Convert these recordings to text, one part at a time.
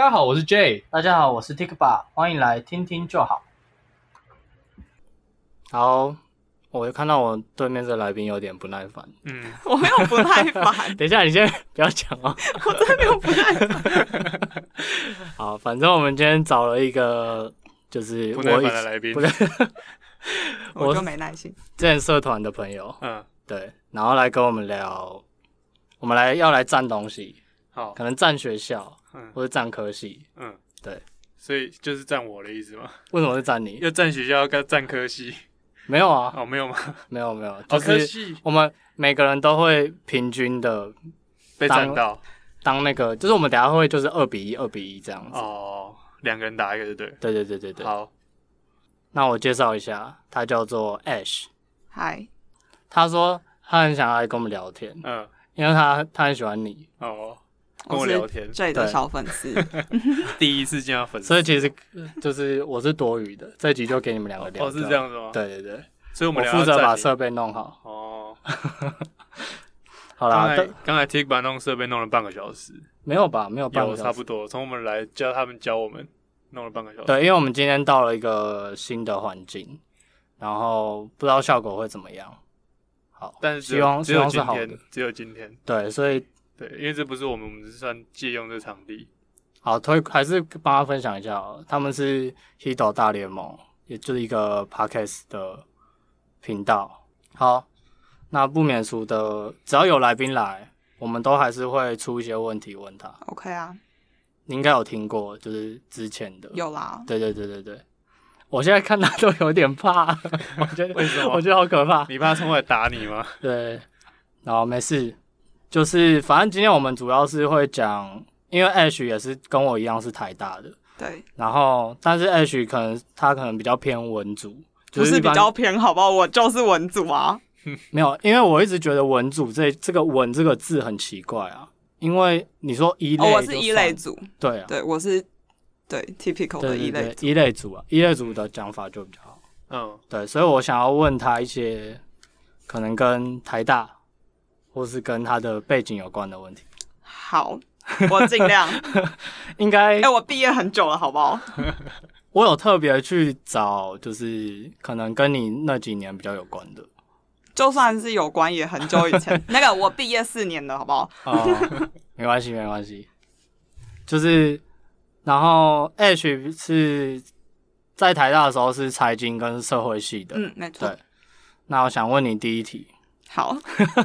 家好，我是 Jay。 大家好，我是 Tikba， 欢迎来听听就好。 好，我看到我对面这个来宾有点不耐烦。 我没有不耐烦。 等一下，你先不要讲哦。 我真的没有不耐烦。 好，反正我们今天找了一个就是不耐烦的来宾， 我就没耐心。 之前社团的朋友，对，然后来跟我们聊，我们要来占东西， 好， 可能占学校，或者占科系，对。 所以就是占我的意思吗？ 为什么是占你？ 要占学校，要占科系？ 没有啊。 哦，没有吗？ 没有，就是我们每个人都会平均的被占到， 当那个，就是我们等一下会就是2-1这样子。 哦，两个人打一个就对。 对。 好， 那我介绍一下，他叫做 Ash。 嗨。 他说他很想要来跟我们聊天，因为他很喜欢你。 哦。跟我聊天 ，Jay的小粉丝， 第一次见到粉丝， 所以其实就是我是多余的，这集就给你们两个聊。 哦，是这样子吗？ 对， 所以我们负责把设备弄好。 哦， 好啦， 刚才 Tikba 弄设备弄了半个小时， 没有吧？没有半个小时， 差不多。从我们来他们教我们弄了半个小时。 对，因为我们今天到了一个新的环境，然后不知道效果会怎么样。好， 但是希望是好的， 只有今天。 对，所以。 对，因为这不是我们是算借用这场地。 好，还是帮他分享一下哦。他们是 Hito 大联盟，也就是一个 Podcast 的频道。好，那不免俗的，只要有来宾来，我们都还是会出一些问题问他。 OK 啊， 你应该有听过，就是之前的。 有啦。 对。我现在看他都有点怕，我觉得为什么？我觉得好可怕。 你怕他冲过来打你吗？ 对，然后没事。就是反正今天我们主要是会讲，因为 Ash 也是跟我一样是台大的， 对。 然后但是 Ash 他可能比较偏文组， 不是比较偏，好不好？我就是文组啊。 没有，因为我一直觉得文组这个文这个字很奇怪啊，因为你说一类， 我是一类组， 对啊， 对，我是对 typical 的一类组， 一类组啊，一类组的讲法就比较好，对，所以我想要问他一些可能跟台大。或是跟他的背景有关的问题。 好，我尽量。 应该。 我毕业很久了，好不好？ 我有特别去找，就是可能跟你那几年比较有关的。 就算是有关，也很久以前。那个我毕业4年了，好不好？ 没关系。就是，然后 H 是在台大的时候是财经跟社会系的。 没错。 对。那我想问你第一题。 好。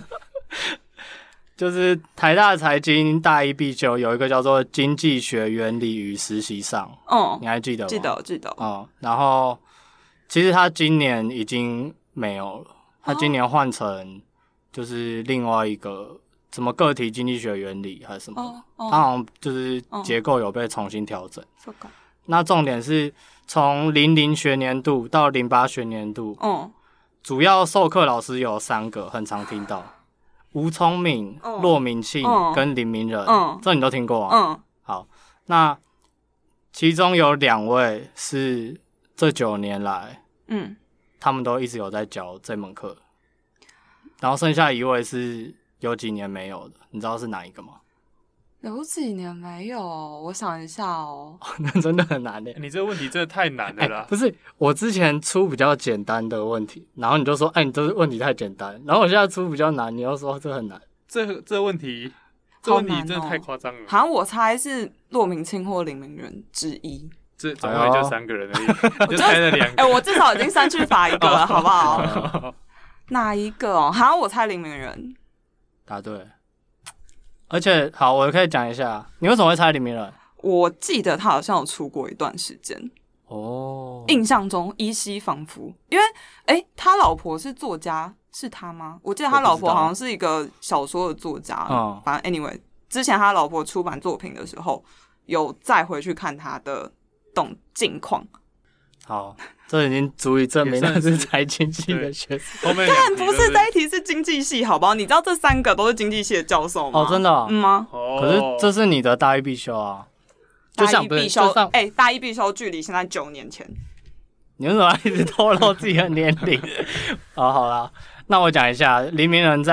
就是台大财经大一必修有一个叫做经济学原理与实习上，你还记得吗？ 记得。 然后其实他今年已经没有了，他今年换成就是另外一个什么个体经济学原理还是什么，他好像就是结构有被重新调整。那重点是从00学年度到08学年度，主要授课老师有3个，很常听到。吴聪敏、骆明庆跟林明仁，这你都听过啊？好，那其中有2位是这9年来，他们都一直有在教这门课，然后剩下1位是有几年没有的，你知道是哪一个吗？ 有几年没有，我想一下哦。 那真的很难耶。 你这个问题真的太难了啦。 不是，我之前出比较简单的问题，然后你就说，你这问题太简单。然后我现在出比较难，你又说这很难。 这问题真的太夸张了。 好像我猜是骆明庆或林明仁之一。 这总共就3个人而已，就猜了2个。 我至少已经删去罚1个了，好不好？哪一个哦？好像我猜林明仁。 答对。而且好，我可以讲一下，你为什么会猜林明仁？ 我记得他好像有出过一段时间印象中依稀仿佛，因为他老婆是作家，是他吗？我记得他老婆好像是一个小说的作家，反正 anyway， 之前他老婆出版作品的时候，有再回去看他的近况。 好，这已经足以证明他是财经系的学生。 但不是这一题是经济系，好不好？你知道这3个都是经济系的教授吗？ 真的吗？ 可是这是你的大一必修啊。 大一必修，大一必修距离现在9年前。 你为什么一直透露自己的年龄？好啦，那我讲一下，林明仁在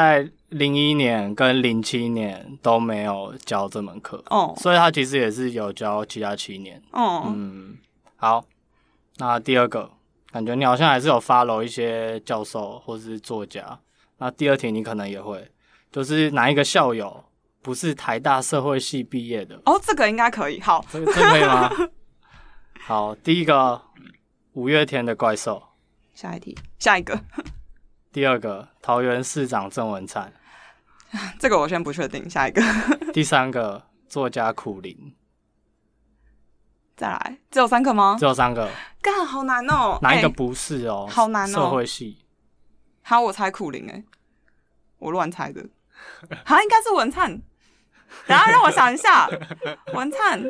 01年跟07年都没有教这门课，所以他其实也是有教其他7年。好，那第二个，感觉你好像还是有 follow 一些教授或是作家。那第二题你可能也会，就是哪一个校友不是台大社会系毕业的？ 这个应该可以。好， 这可以吗？好，第一个5月天的怪兽。 下一题，下一个。 第二个桃园市长郑文灿。 这个我先不确定，下一个。 第三个作家苦苓。 再来，只有3个吗？ 只有3个。 干，好难哦。 哪一个不是哦？ 好难哦。 社会系。 好，我猜苦苓我乱猜的。好，应该是文灿。然后让我想一下，文灿。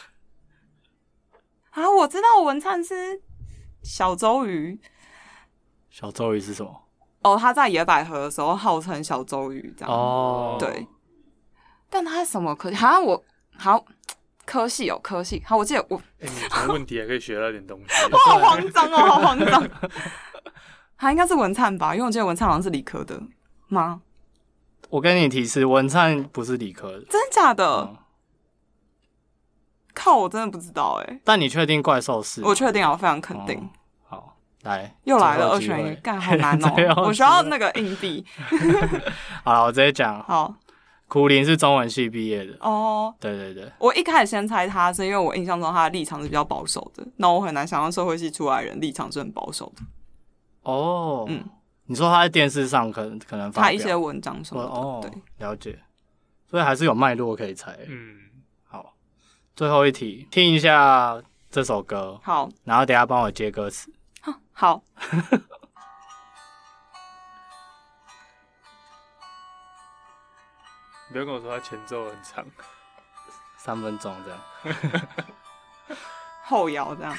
我知道文灿是小周瑜。 小周瑜是什么？ 他在野百合的时候号称小周瑜这样。对。但他什么科系？科系科系。好，我记得我。 你从问题还可以学到一点东西。 我好慌张哦，好慌张。应该是文灿吧，因为我记得文灿好像是理科的吗？ 我跟你提示，文灿不是理科的。 真的假的？靠，我真的不知道但你确定怪兽是？ 我确定啊，我非常肯定。 好，来， 又来了2选1，干，好难哦！我需要那个硬币。 好了，我直接讲。 好， 苦苓是中文系毕业的。 对对对。 我一开始先猜他，是因为我印象中他的立场是比较保守的，那我很难想象社会系出来的人立场是很保守的。 你说他在电视上可能发表他一些文章什么的。对， 了解。所以还是有脉络可以猜。好，最后一题，听一下这首歌。 好， 然后等一下帮我接歌词。 好。 不要跟我说他前奏很长 ，3分钟这样。 后摇这样。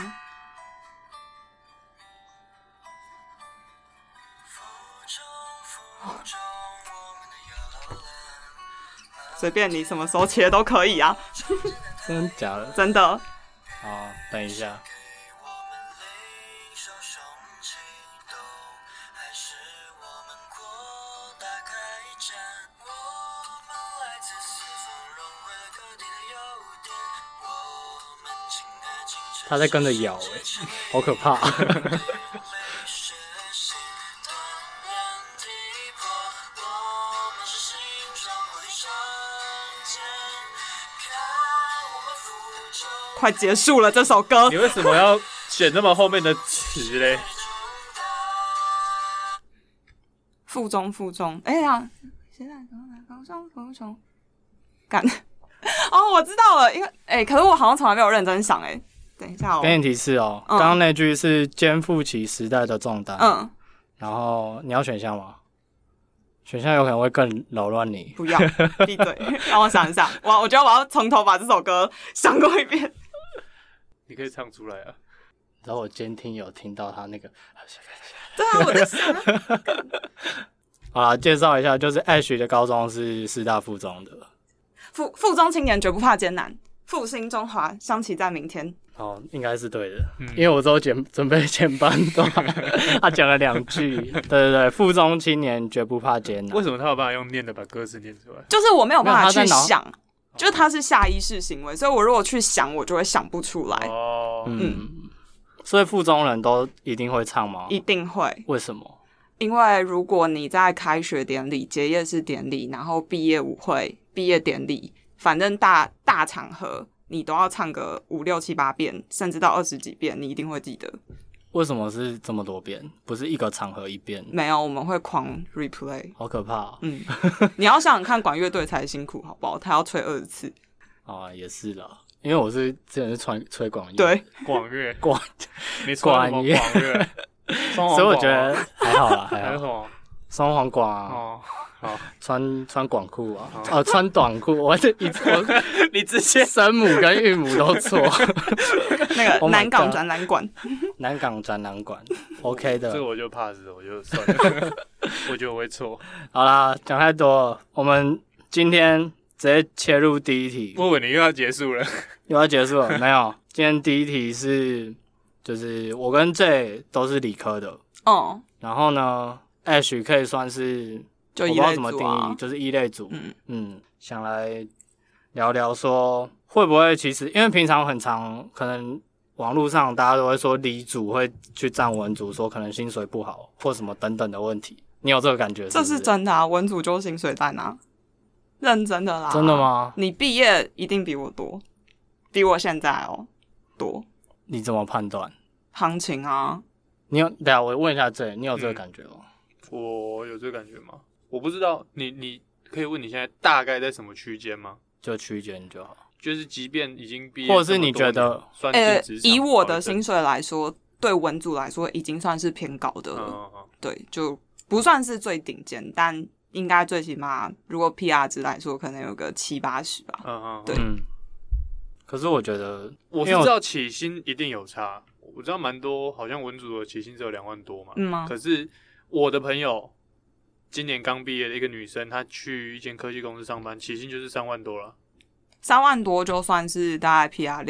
随便你什么时候切都可以啊。 真的假的？ 真的。 好，等一下。他在跟着摇好可怕。 快结束了这首歌， 你为什么要选那么后面的词嘞？ 附中，哎呀，现在高中附中，干我知道了，因为可是我好像从来没有认真想等一下给你提示刚刚那句是肩负起时代的重担。然后你要选项吗？选项有可能会更扰乱你。 不要，闭嘴，让我想一下。我觉得我要从头把这首歌想过一遍。 你可以唱出来啊。 然后我监听有听到他那个。 对啊，我在想。 好啦，介绍一下，就是 Ash 的高中是师大附中的。 附中青年绝不怕艰难，复兴中华，相期在明天。 应该是对的，因为我都准备前半段，他讲了2句。对，附中青年绝不怕艰难。 为什么他有办法用念的把歌词念出来？ 就是我没有办法去想，就是他是下意识行为，所以我如果去想，我就会想不出来。 所以附中人都一定会唱吗？ 一定会。 为什么？ 因为如果你在开学典礼、结业式典礼，然后毕业舞会、毕业典礼，反正大场合，你都要唱个5、6、7、8遍，甚至到20几遍，你一定会记得。 为什么是这么多遍？不是一个场合1遍？ 没有，我们会狂 replay。 好可怕你要想想看，管乐队才辛苦，好不好？他要吹20次。 也是啦。因为我之前是吹广乐。 对， 广乐，没错， 广乐。所以我觉得还好啦， 还好。 双簧管好，穿短裤穿短裤，你直接声母跟韵母都错。 那个南港展览馆， 南港展览馆 ，OK 的。 这个我就怕是，我就算了，我觉得我会错。 好啦，讲太多了，我们今天直接切入第一题。 我以为你又要结束了， 没有。今天第一题是，就是我跟 J 都是理科的然后呢 ，Ash 可以算是就我不知道怎么定义，就是一类组。想来聊聊说会不会其实因为平常很常可能网络上大家都会说理组会去占文组，说可能薪水不好或什么等等的问题，你有这个感觉是不是？ 这是真的啊，文组就薪水淡啊，认真的啦。 真的吗？ 你毕业一定比我多，比我现在多。 你怎么判断？ 行情啊。 你有？等一下我问一下你有这个感觉吗？ 我有这个感觉吗？我不知道，你可以问你现在大概在什么区间吗？ 就区间就好。 就是即便已经毕业， 或者是你觉得算是职场以我的薪水来说，对文组来说已经算是偏高的了。对，就不算是最顶尖，但应该最起码如果 PR 值来说，可能有个70-80吧。对。 可是我觉得， 我是知道起薪一定有差，我知道蛮多，好像文组的起薪只有2万多嘛。可是我的朋友今年刚毕业的一个女生，她去一间科技公司上班，起薪就是3万多了。 3万多就算是大概 PR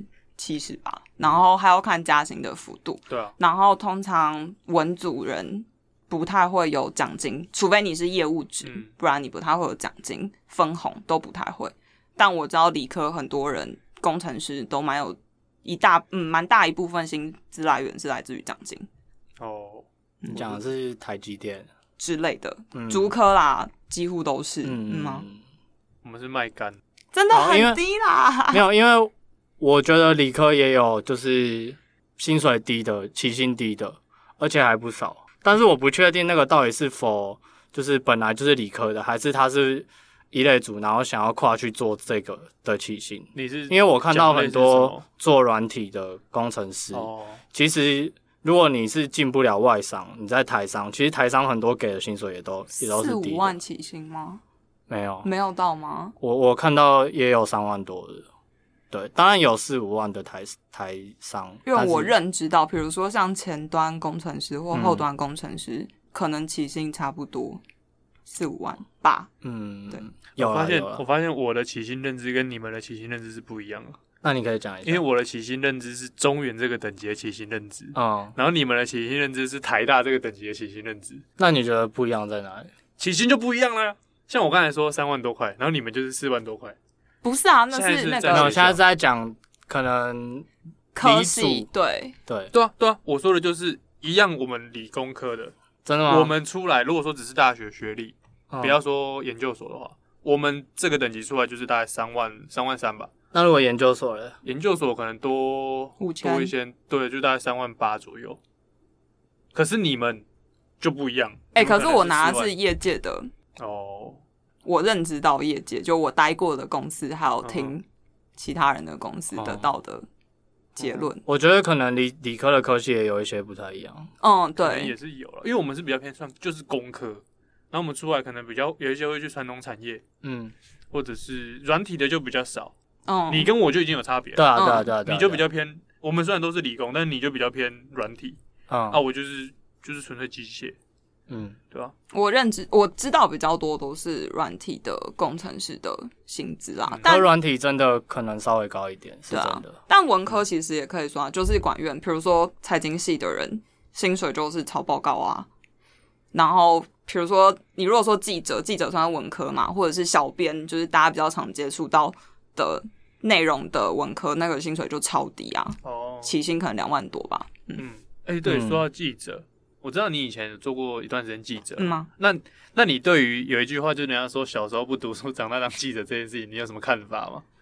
60-70吧，然后还要看加薪的幅度。 对啊。 然后通常文组人不太会有奖金，除非你是业务职，不然你不太会有奖金、分红都不太会。但我知道理科很多人，工程师都蛮有蛮大一部分薪资来源是来自于奖金。 你讲的是台积电之类的，竹科啦，几乎都是。 我们是卖干。 真的很低啦。 没有，因为我觉得理科也有就是薪水低的、起薪低的，而且还不少。但是我不确定那个到底是否就是本来就是理科的，还是他是一类组，然后想要跨去做这个的起薪。因为我看到很多做软体的工程师，其实如果你是进不了外商，你在台商，其实台商很多给的薪水也都是低的。 4-5万起薪吗？没有到吗？ 我看到也有3万多的，对，当然有4-5万的台商。 因为我认知到，比如说像前端工程师或后端工程师，可能起薪差不多4-5万吧。 对。 我发现我的起薪认知跟你们的起薪认知是不一样的。 那你可以讲一下。 因为我的起薪认知是中原这个等级的起薪认知，然后你们的起薪认知是台大这个等级的起薪认知。 那你觉得不一样在哪里？ 起薪就不一样了。像我刚才说3万多块，然后你们就是4万多块。 不是啊，那是那个。 我现在是在讲可能科系，对啊，我说的就是一样，我们理工科的。 真的吗？ 我们出来如果说只是大学学历，不要说研究所的话，我们这个等级出来就是大概3万3吧。 那如果研究所呢？ 研究所可能多一些，对，就大概3万8左右。可是你们就不一样。 可是我拿的是业界的。我认知到业界，就我待过的公司，还有听其他人的公司得到的结论。 我觉得可能理科的科系也有一些不太一样。 对， 可能也是有了，因为我们是比较偏向就是工科，然后我们出来可能比较有一些会去传统产业，或者是软体的就比较少。你跟我就已经有差别了。 对啊， 你就比较偏，我们虽然都是理工，但是你就比较偏软体。我就是纯粹机械。对吧？ 我知道比较多都是软体的工程师的薪资啦，但软体真的可能稍微高一点，是真的。 但文科其实也可以说，就是管院，比如说财经系的人，薪水就是超爆高啊。然后比如说你如果说记者算是文科嘛，或者是小编，就是大家比较常接触到的内容的文科，那个薪水就超低啊。起薪可能2万多吧。 对，说到记者。我知道你以前有做过一段时间记者， 吗？ 那你对于有一句话，就是人家说小时候不读书，长大当记者这件事情，你有什么看法吗？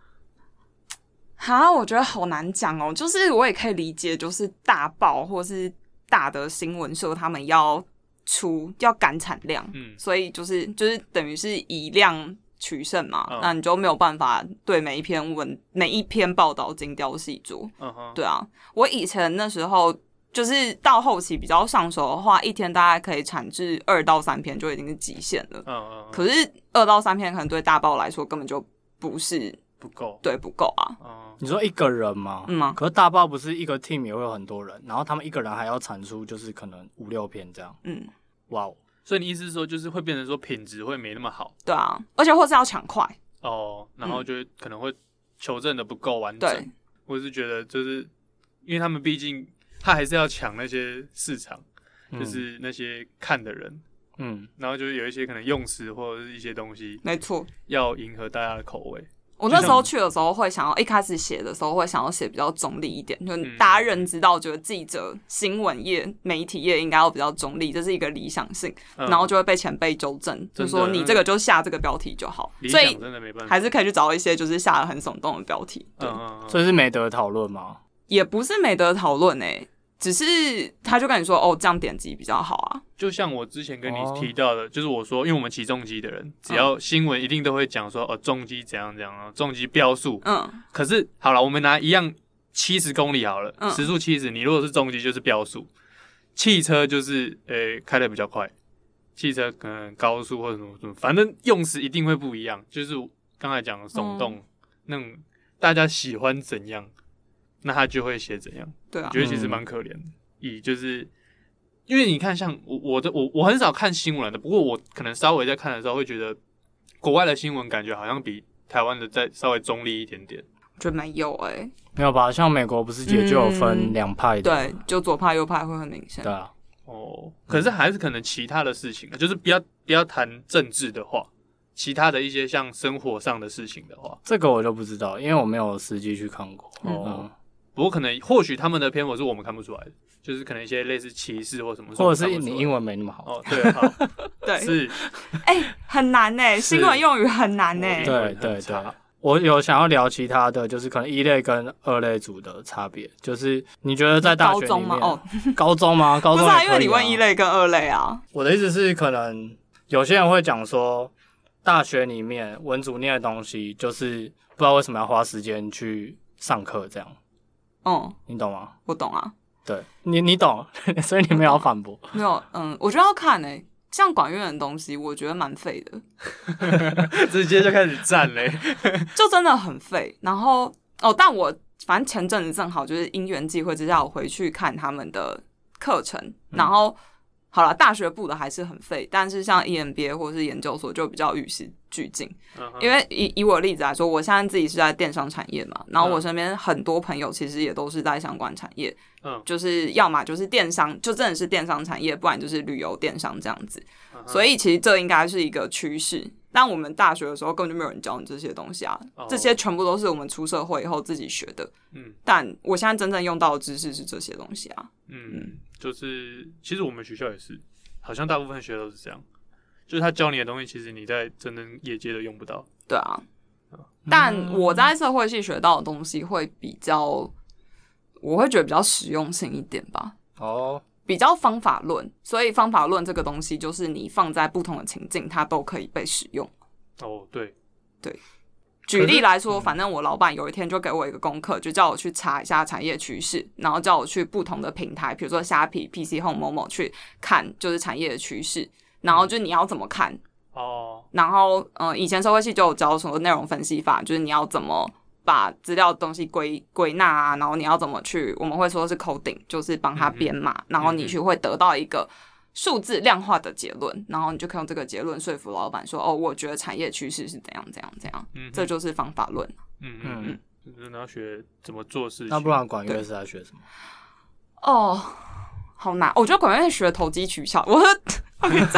我觉得好难讲哦。就是我也可以理解，就是大报或是大的新闻社，他们要赶产量，所以就是等于是以量取胜嘛。那你就没有办法对每一篇报道精雕细琢。对啊，我以前那时候。就是到后期比较上手的话，一天大概可以产制2到3篇就已经是极限了。可是2到3篇可能对大报来说根本就不够，对，不够啊。 你说一个人吗？可是大报不是一个 team 也会有很多人，然后他们一个人还要产出就是可能5-6篇这样。哇哦！ 所以你意思是说，就是会变成说品质会没那么好？ 对啊，而且或是要抢快。 然后就可能会求证的不够完整。对，我是觉得就是因为他们毕竟。他还是要抢那些市场，就是那些看的人， 然后就是有一些可能用词或者是一些东西， 没错， 要迎合大家的口味。 我那时候去的时候会想要，一开始写的时候会想要写比较中立一点，就大家认知到，觉得记者、新闻业、媒体业应该要比较中立，这是一个理想性，然后就会被前辈纠正，就说你这个就下这个标题就好。所以真的没办法， 还是可以去找一些就是下得很耸动的标题。 所以是没得讨论吗？ 也不是没得讨论只是他就跟你说这样点击比较好啊。 就像我之前跟你提到的，就是我说，因为我们骑重机的人，只要新闻一定都会讲说重机怎样怎样，重机标速。可是好了，我们拿一样70公里好了，时速70，你如果是重机就是标速，汽车就是开得比较快，汽车可能高速或者什么，反正用词一定会不一样。就是刚才讲的耸动，那种大家喜欢怎样，那他就会写怎样。 对啊， 我觉得其实蛮可怜的。就是因为你看，像我很少看新闻的，不过我可能稍微在看的时候会觉得，国外的新闻感觉好像比台湾的再稍微中立一点点。 我觉得没有没有吧？像美国不是也就有分两派的， 对，就左派右派会很明显。 对啊， 可是还是可能其他的事情，就是不要谈政治的话，其他的一些像生活上的事情的话， 这个我就不知道，因为我没有实际去看过。 不过或许他们的篇幅是我们看不出来的，就是可能一些类似歧视或什么， 或者是你英文没那么好。 对，好， 对， 是， 很难新闻用语很难对，我有想要聊其他的，就是可能一类跟二类组的差别，就是你觉得在大学里面，高中吗？高中不是因为你问一类跟二类啊。 我的意思是，可能有些人会讲说，大学里面文组念的东西，就是不知道为什么要花时间去上课这样。你懂吗？我懂啊。对，你懂，所以你没有反驳。 没有，我觉得要看像管院的东西，我觉得蛮废的。 直接就开始站就真的很废。然后但我反正前阵子正好就是因缘际会之下，我回去看他们的课程，然后好了，大学部的还是很废，但是像 EMBA 或是研究所就比较与时俱进。因为以我的例子来说，我现在自己是在电商产业嘛，然后我身边很多朋友其实也都是在相关产业，就是要么就是电商，就真的是电商产业，不然就是旅游电商这样子。所以其实这应该是一个趋势。但我们大学的时候根本就没有人教你这些东西啊，这些全部都是我们出社会以后自己学的。但我现在真正用到的知识是这些东西啊。 就是其实我们学校也是，好像大部分学校都是这样，就是他教你的东西，其实你在真正业界都用不到。 对啊，但我在社会系学到的东西会比较，我会觉得比较实用性一点吧。比较方法论，所以方法论这个东西就是你放在不同的情境，它都可以被使用。 对。 举例来说，反正我老板有一天就给我一个功课，就叫我去查一下产业趋势，然后叫我去不同的平台，比如说虾皮、PC Home、某某去看，就是产业的趋势，然后就你要怎么看。然后以前社会系就有教什么内容分析法，就是你要怎么把资料的东西归纳啊，然后你要怎么去，我们会说是 coding， 就是帮它编码，然后你去会得到一个数字量化的结论，然后你就可以用这个结论说服老板说，我觉得产业趋势是怎样怎样怎样，这就是方法论。 就是要学怎么做事情。 那不然管乐是在学什么？ 好难，我觉得管乐学投机取巧，但是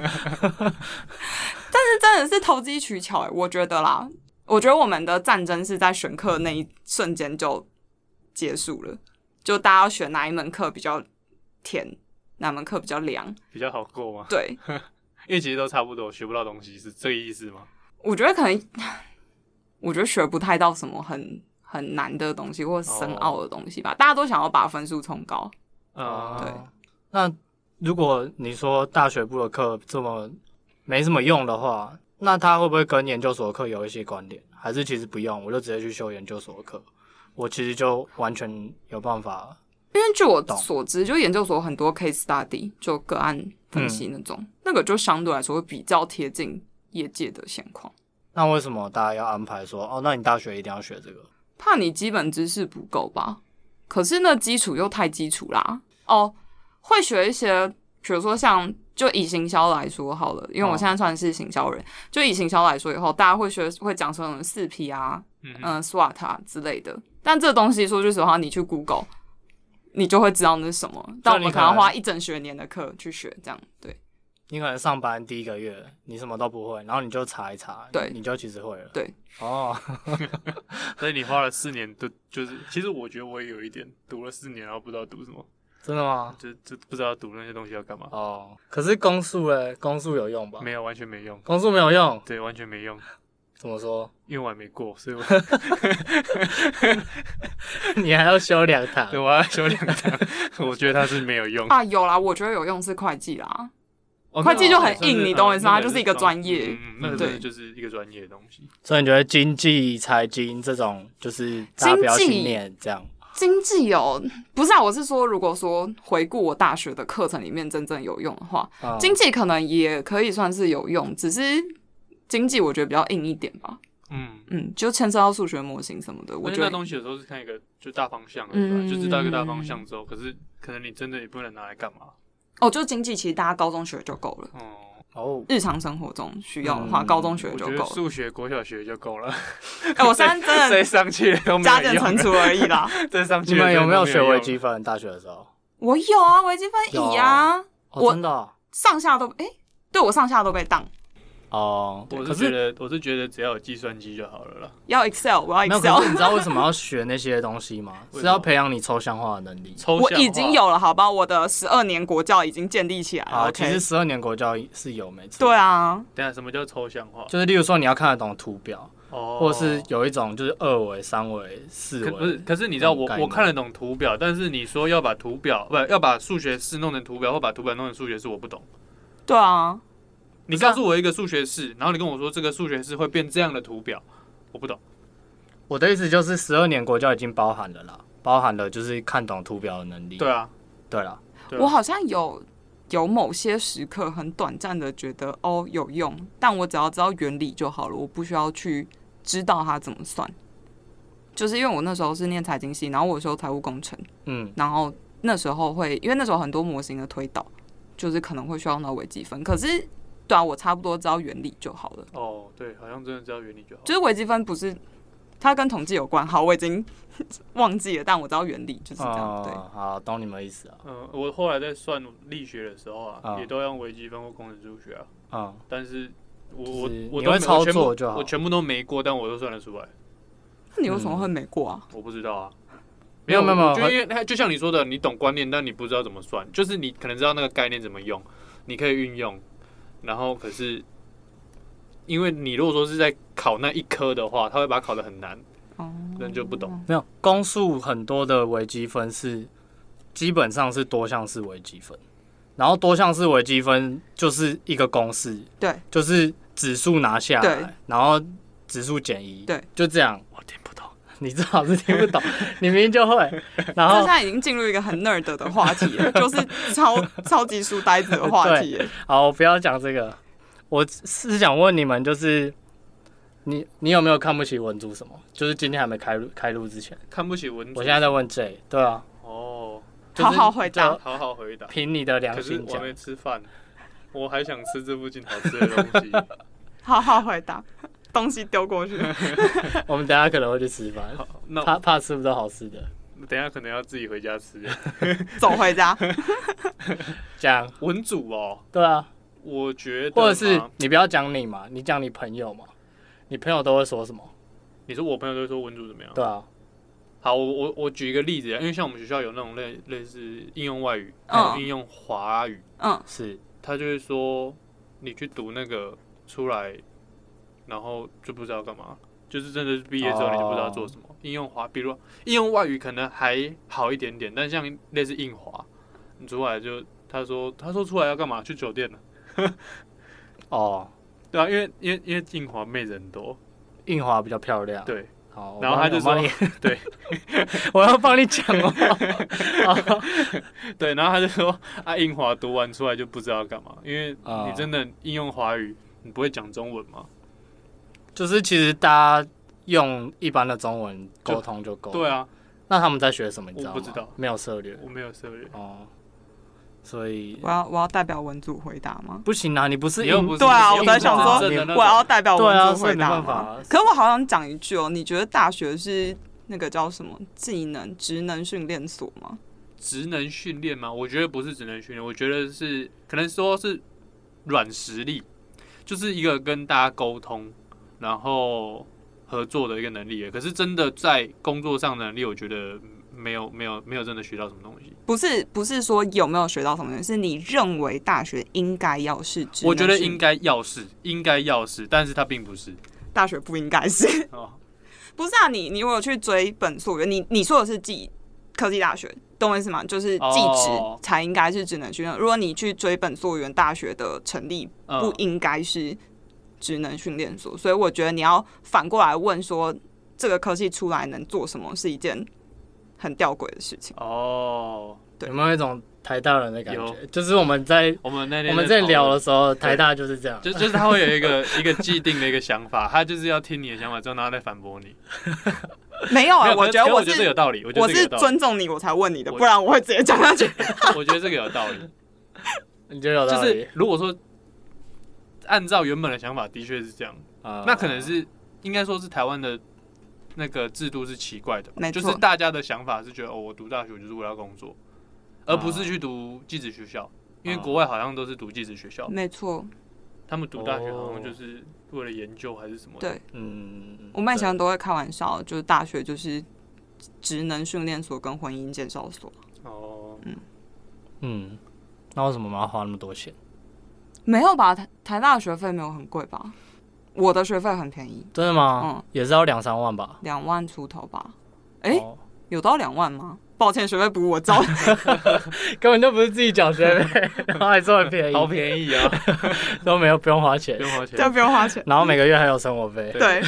真的是投机取巧我觉得啦。我觉得我们的战争是在选课那一瞬间就结束了，就大家要选哪一门课比较甜，哪门课比较凉， 比较好过吗？ 对， 因为其实都差不多，学不到东西，是这个意思吗？ 我觉得可能，我觉得学不太到什么很难的东西或深奥的东西吧。大家都想要把分数冲高。对。 那如果你说大学部的课这么没什么用的话，那它会不会跟研究所的课有一些关联？还是其实不用，我就直接去修研究所的课，我其实就完全有办法。 因为据我所知，就研究所很多 case study， 就个案分析那种，那个就相对来说会比较贴近业界的现况。 那为什么大家要安排说，那你大学一定要学这个？ 怕你基本知识不够吧？可是那基础又太基础啦。会学一些，比如说像就以行销来说好了，因为我现在算是行销人，就以行销来说以后，大家会讲什么4P 啊，SWOT 啊之类的。但这东西说句实话，你去 Google， 你就会知道那是什么。但我们可能要花一整学年的课去学，这样对。 你可能上班第1个月你什么都不会，然后你就查一查， 对， 你就其实会了。 对， 所以你花了4年就是其实我觉得我也有一点读了4年，然后不知道读什么。 真的吗？ 就不知道读那些东西要干嘛。 可是公数嘞，公数有用吧？ 没有，完全没用。 公数没有用？ 对，完全没用。 怎么说？ 因为我还没过，所以我你还要修2堂？ 对，我要修2堂。我觉得它是没有用啊。有啦，我觉得有用是会计啦。会计就很硬，你懂我意思吗？它就是一个专业， 那个真的就是一个专业的东西。 所以你觉得经济、财经这种就是大家不要去念这样？ 经济不是啊，我是说，如果说回顾我大学的课程里面真正有用的话，经济可能也可以算是有用，只是经济我觉得比较硬一点吧。就牵涉到数学模型什么的，我觉得那东西有时候是看一个就大方向而已，就知道一个大方向之后，可是可能你真的也不能拿来干嘛。 就经济其实大家高中学就够了。日常生活中需要的话，高中学就够了。 数学国小学就够了。 我现在真的谁上去都没有用， 加减乘除而已啦。 你们有没有学微积分？大学的时候我有啊，微积分乙啊， 真的上下都对我上下都被当。 我是觉得只要有计算机就好了啦。 要 Excel， 我要 Excel。 可是你知道为什么要学那些东西吗？是要培养你抽象化的能力。 我已经有了，好吧，我的12年国教已经建立起来了。 其实12年国教是有没错。 对啊。 等一下，什么叫抽象化？ 就是例如说你要看得懂图表，或者是有一种就是2维、3维、4维。 可是你知道我看得懂图表，但是你说要把图表要把数学式弄成图表，或把图表弄成数学式，我不懂。 对啊。 你告诉我一个数学式，然后你跟我说这个数学式会变这样的图表，我不懂。 我的意思就是12年国教已经包含了啦，包含了就是看懂图表的能力。 对啊， 对啦。 我好像有某些时刻很短暂的觉得有用，但我只要知道原理就好了，我不需要去知道它怎么算。就是因为我那时候是念财经系，然后我修财务工程，然后那时候因为那时候很多模型的推导，就是可能会需要用到微积分，可是。对啊，我差不多知道原理就好了。 对，好像真的知道原理就好。 就是微积分不是它跟统计有关，好，我已经忘记了，但我知道原理就是这样。对， 好，懂你们意思啊。 我后来在算力学的时候也都用微积分或工程数学啊。但是我都会操作就好，我全部都没过，但我都算得出来。 那你为什么会没过啊？ 我不知道啊。 没有， 就因为就像你说的，你懂观念，但你不知道怎么算，就是你可能知道那个概念怎么用，你可以运用。然后可是，因为你如果说是在考那一科的话，他会把它考得很难，人就不懂。 没有公数很多的微积分基本上是多项式微积分，然后多项式微积分就是一个公式， 对， 就是指数拿下来，然后指数减1， 对， 就这样。我听不懂，你最好是听不懂，你明明就会。然后这现在已经进入一个很 nerd 的话题了，就是超级书呆子的话题。 好，我不要讲这个。我是想问你们，就是你有没有看不起文组什么？就是今天还没开录之前， 看不起文组。 我现在在问 J， 对啊。 好好回答， 好好回答。 凭你的良心讲。 可是我还没吃饭，我还想吃这附近好吃的东西。 好好回答。东西丢过去。 我们等一下可能会去吃饭，怕吃不到好吃的。 等一下可能要自己回家吃。 走回家。 讲文组对啊， 我觉得或者是你不要讲你嘛，你讲你朋友嘛，你朋友都会说什么？ 你说我朋友都会说文组怎么样？ 对啊。 好，我举一个例子，因为像我们学校有那种类似应用外语，应用华语， 是他就会说你去读那个出来，然后就不知道干嘛，就是真的毕业之后你就不知道做什么。应用比如应用外语可能还好一点点，但像类似应华，你出来就他说出来要干嘛？去酒店了。对啊，因为应华妹子很多， 应华比较漂亮。 对。 然后他就说：“对， 我要帮你讲哦。” 对，然后他就说：“应华读完出来就不知道干嘛，因为你真的应用华语，你不会讲中文吗？ 就是其实大家用一般的中文沟通就够了。 对啊， 那他们在学什么？你知道吗？ 我不知道， 没有涉猎， 我没有涉猎。 所以我要代表文组回答吗？ 不行啊，你不是对啊，我才想说我要代表文组回答吗？ 可是我好想讲一句你觉得大学是那个叫什么职能训练所吗？ 职能训练吗？我觉得不是职能训练，我觉得是可能说是软实力，就是一个跟大家沟通，然后合作的一个能力。可是真的在工作上的能力，我觉得没有真的学到什么东西。 不是说有没有学到什么东西，是你认为大学应该要是。 我觉得应该要是，但是它并不是。 大学不应该是。不是啊，你如果去追本溯源，你说的是科技大学，懂我意思吗？就是技职才应该是职能训练。如果你去追本溯源大学的成立，不应该是职能训练所。所以我觉得你要反过来问说，这个科系出来能做什么，是一件很吊诡的事情。 对，有没有一种台大人的感觉？就是我们之前聊的时候，台大就是这样， 就是他会有一个既定的一个想法，他就是要听你的想法之后，然后再反驳你。 没有啊，我觉得这有道理， 我是尊重你我才问你的，不然我会直接讲下去。 我觉得这个有道理， 你觉得有道理？ 就是如果说按照原本的想法，的确是这样，那可能是应该说是台湾的那个制度是奇怪的，就是大家的想法是觉得我读大学就是为了工作。而不是去读技职学校，因为国外好像都是读技职学校。 没错， 他们读大学好像就是为了研究还是什么的。 对，我们以前都会开玩笑，就是大学就是职能训练所跟婚姻介绍所。 那为什么我们要花那么多钱？ 没有吧？台大的学费没有很贵吧？我的学费很便宜。 真的吗？也是要2-3万吧 ？2万出头吧？有到2万吗？抱歉，学费不是我交的， 根本就不是自己缴学费，然后还说很便宜， 好便宜啊， 都不用花钱， 对，不用花钱， 然后每个月还有生活费， 对。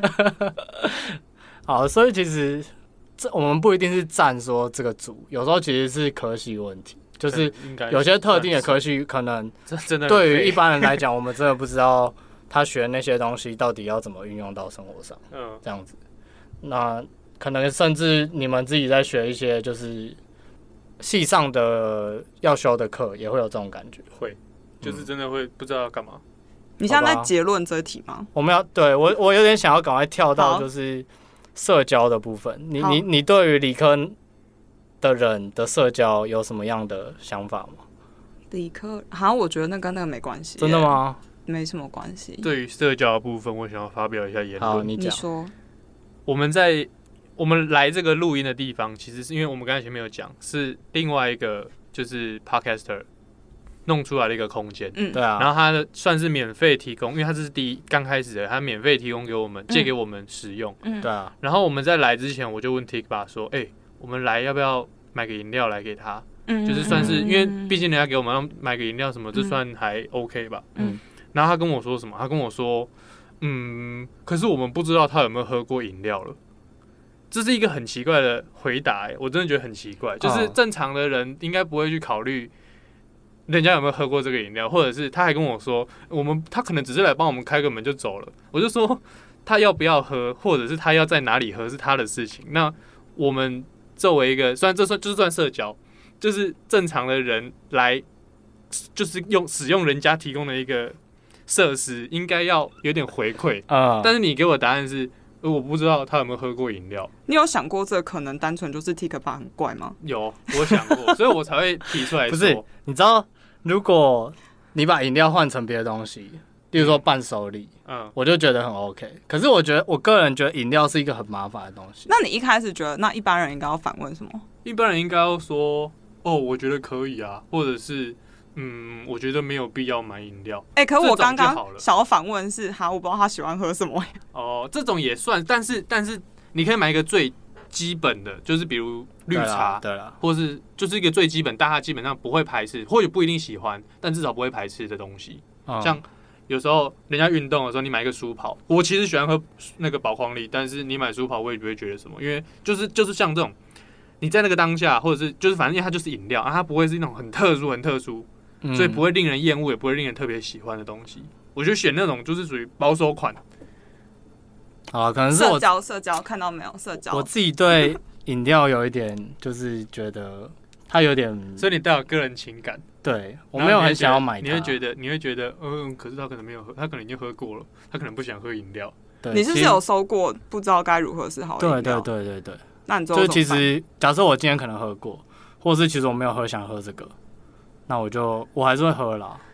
好，所以其实我们不一定是站说这个组，有时候其实是科系问题，就是有些特定的科系可能对于一般人来讲，我们真的不知道他学那些东西到底要怎么运用到生活上，这样子，那。可能甚至你们自己在学一些就是系上的要修的课，也会有这种感觉。 会，就是真的会不知道要干嘛。 你现在在结论这题吗？ 我们对我有点想要赶快跳到就是社交的部分。你对于理科的人的社交有什么样的想法吗？ 理科好像我觉得那跟那个没关系。 真的吗？ 没什么关系。 对于社交的部分，我想要发表一下言论。 好， 你说。 我们来这个录音的地方，其实是因为我们刚才前面有讲，是另外一个就是 podcaster 弄出来的一个空间， 对啊。 然后他算是免费提供，因为他这是刚开始的，他免费提供给我们，借给我们使用， 对啊。 然后我们在来之前，我就问 Tikba 说，我们来要不要买个饮料来给他？就是算是因为毕竟人家给我们买个饮料什么，这算还 OK 吧？然后他跟我说什么？他跟我说，可是我们不知道他有没有喝过饮料了。这是一个很奇怪的回答，我真的觉得很奇怪。就是正常的人应该不会去考虑人家有没有喝过这个饮料，或者是他还跟我说，他可能只是来帮我们开个门就走了。我就说他要不要喝，或者是他要在哪里喝是他的事情。那我们作为一个，虽然这算社交，就是正常的人来，就是使用人家提供的一个设施，应该要有点回馈。但是你给我的答案是。我不知道他有没有喝过饮料。 你有想过这可能单纯就是 Tikba 很怪吗？ 有，我想过，所以我才会提出来说。 不是，你知道，如果你把饮料换成别的东西，例如说伴手礼，我就觉得很 OK。可是我个人觉得饮料是一个很麻烦的东西。 那你一开始觉得，那一般人应该要反问什么？ 一般人应该要说，我觉得可以啊，或者是。我觉得没有必要买饮料。 可是我刚刚想要反问是，我不知道他喜欢喝什么。 这种也算，但是你可以买一个最基本的，就是比如绿茶， 对啦， 或是就是一个最基本，大家基本上不会排斥，或许不一定喜欢，但至少不会排斥的东西。像有时候人家运动的时候，你买一个舒跑，我其实喜欢喝那个宝矿力，但是你买舒跑，我也不会觉得什么，因为就是像这种，你在那个当下，或者是就是反正因为它就是饮料，它不会是那种很特殊。所以不会令人厌恶，也不会令人特别喜欢的东西。我觉得选那种就是属于保守款。 可能是社交看到没有？社交。 我自己对饮料有一点就是觉得它有点， 所以你带有个人情感。 对，我没有很想要买它。 你会觉得，可是他可能没有喝，他可能已经喝过了，他可能不想喝饮料。 对， 你是不是有收过不知道该如何是好的饮料？ 对。 那你就是其实假设我今天可能喝过，或是其实我没有想喝这个。那我还是会喝啦。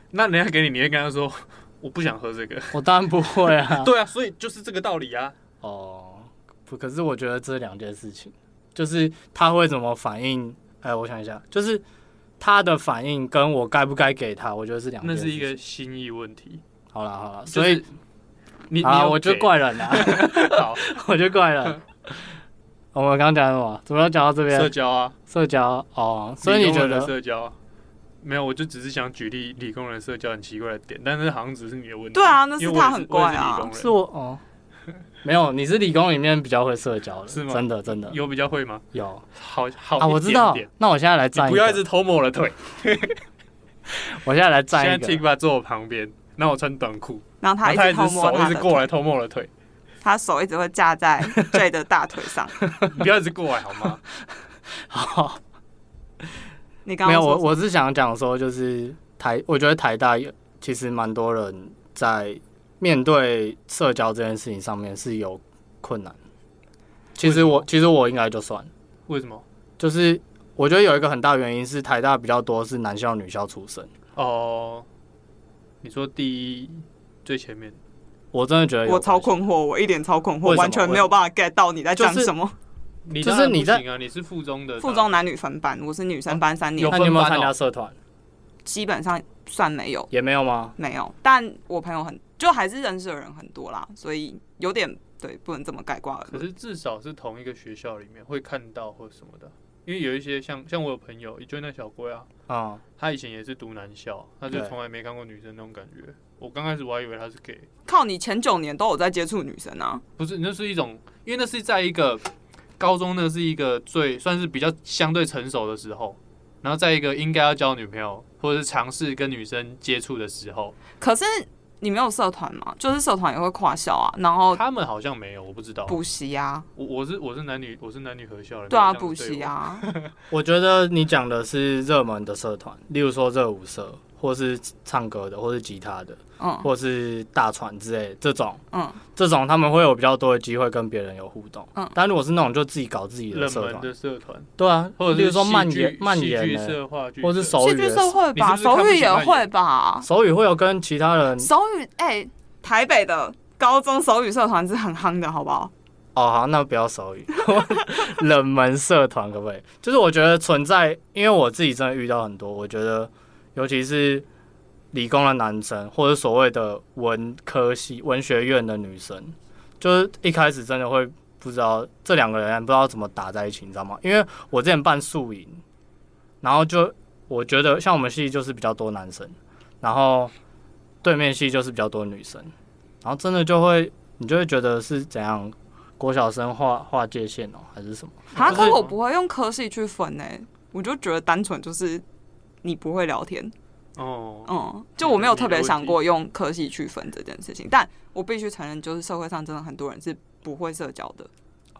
那人家给你会跟他说我不想喝这个？ 我当然不会啊。 对啊，所以就是这个道理啊。 哦，不，可是我觉得这两件事情，就是他会怎么反应？我想一下，就是他的反应跟我该不该给他，我觉得是两件事情。 那是一个心意问题。 好啦，所以你我就怪人啦。 好， 我就怪人。我们刚刚讲什么？怎么要讲到这边？ 社交啊， 社交哦，所以你觉得社交？没有，我就只是想举例理工人社交很奇怪的点，但是好像只是你的问题。 对啊，那是他很怪啊。 是我哦，没有，你是理工里面比较会社交的， 是吗？ 真的有比较会吗？ 有， 好啊，我知道。那我现在来站一个， 不要一直偷摸我的腿。 我现在来站一个， 现在 Tikba 坐我旁边，然后我穿短裤， 然后他一直偷摸一直过来偷摸我的腿。 他手一直会架在 J 的大腿上。 你不要一直过来好吗？ 好。 你刚刚没有，我是想讲说，就是我觉得台大其实蛮多人在面对社交这件事情上面是有困难。其实我应该就算。 为什么？ 就是我觉得有一个很大的原因是台大比较多是男校女校出身。 哦，你说最前面， 我真的觉得我超困惑，我一脸超困惑，完全没有办法 get 到你在讲什么。 就是你在你是附中的， 附中男女分班，我是女生班3年。 那你有没有参加社团？ 基本上算没有。 也没有吗？ 没有，但我朋友就还是认识的人很多啦，所以有点对，不能这么概括了。 可是至少是同一个学校里面会看到或什么的，因为有一些像我有朋友，就那小龟啊，他以前也是读男校，他就从来没看过女生那种感觉。我刚开始我还以为他是 gay。 靠，你前9年都有在接触女生啊？ 不是，那是一种，因为那是在一个。高中那是一个最算是比较相对成熟的时候，然后在一个应该要交女朋友或者是尝试跟女生接触的时候。 可是你没有社团吗？就是社团也会跨校啊，然后他们好像没有，我不知道。 补习啊， 我是男女合校的。 对啊，补习啊。 我觉得你讲的是热门的社团，例如说热舞社，或是唱歌的，或是吉他的，或是大船之类的这种他们会有比较多的机会跟别人有互动。但如果是那种就自己搞自己的社团， 冷门的社团， 对啊， 或者例如说蔓延的， 或是手语， 戏剧社会吧，手语也会吧， 手语会有跟其他人。 手语台北的高中手语社团是很夯的，好不好？ 哦，好，那不要手语，冷门社团可不可以？就是我觉得存在，因为我自己真的遇到很多，我觉得尤其是理工的男生，或者所谓的文科系、文学院的女生，就是一开始真的会不知道这两个人不知道怎么打在一起，你知道吗？因为我之前办宿营，然后就我觉得像我们系就是比较多男生，然后对面系就是比较多女生，然后真的你就会觉得是怎样。国小生画界限还是什么？ 可我不会用科系去分我就觉得单纯就是你不会聊天就我没有特别想过用科系去分这件事情，但我必须承认，就是社会上真的很多人是不会社交的。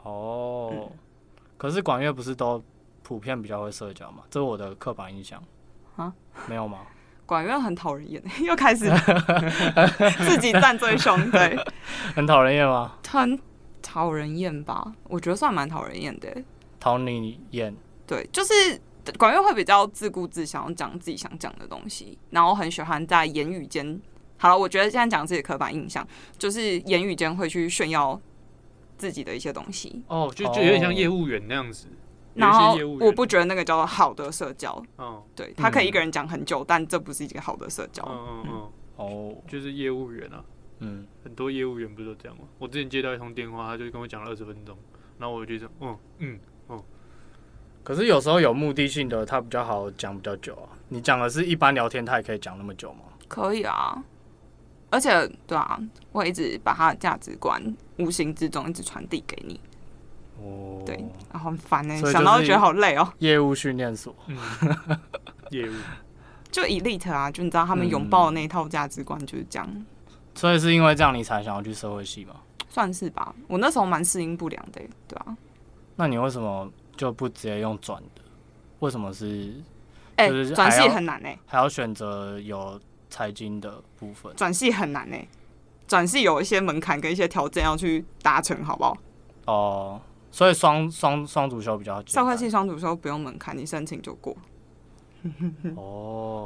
可是管乐不是都普遍比较会社交吗？这是我的刻板印象没有吗？ 管乐很讨人厌，又开始自己站最凶，对， 很讨人厌吗？ 很讨人厌吧，我觉得算蛮讨人厌的。 讨你厌？对， 就是管乐会比较自顾自，想要讲自己想讲的东西，然后很喜欢在言语间。好了，我觉得现在讲自己的刻板印象，就是言语间会去炫耀自己的一些东西。 就有点像业务员那样子。 然后我不觉得那个叫做好的社交。对，他可以一个人讲很久，但这不是一个好的社交。 就是业务员啊。很多业务员不是都这样吗？我之前接到一通电话，他就跟我讲了20分钟，然后我就说， 可是有时候有目的性的，他比较好讲比较久啊。你讲的是一般聊天，他也可以讲那么久吗？ 可以啊，而且对啊，我一直把他的价值观无形之中一直传递给你。对，然后很烦想到就觉得好累哦。 业务训练所， 业务就 elite 啊，就你知道他们拥抱的那一套价值观就是这样。 所以是因为这样你才想要去社会系吗？ 算是吧，我那时候蛮适应不良的，对啊。 那你为什么就不直接用转的？为什么是？就是转系很难还要选择有财经的部分。 转系很难转系有一些门槛跟一些条件要去达成，好不好？ 所以双主修比较简单。 社会系双主修不用门槛，你申请就过。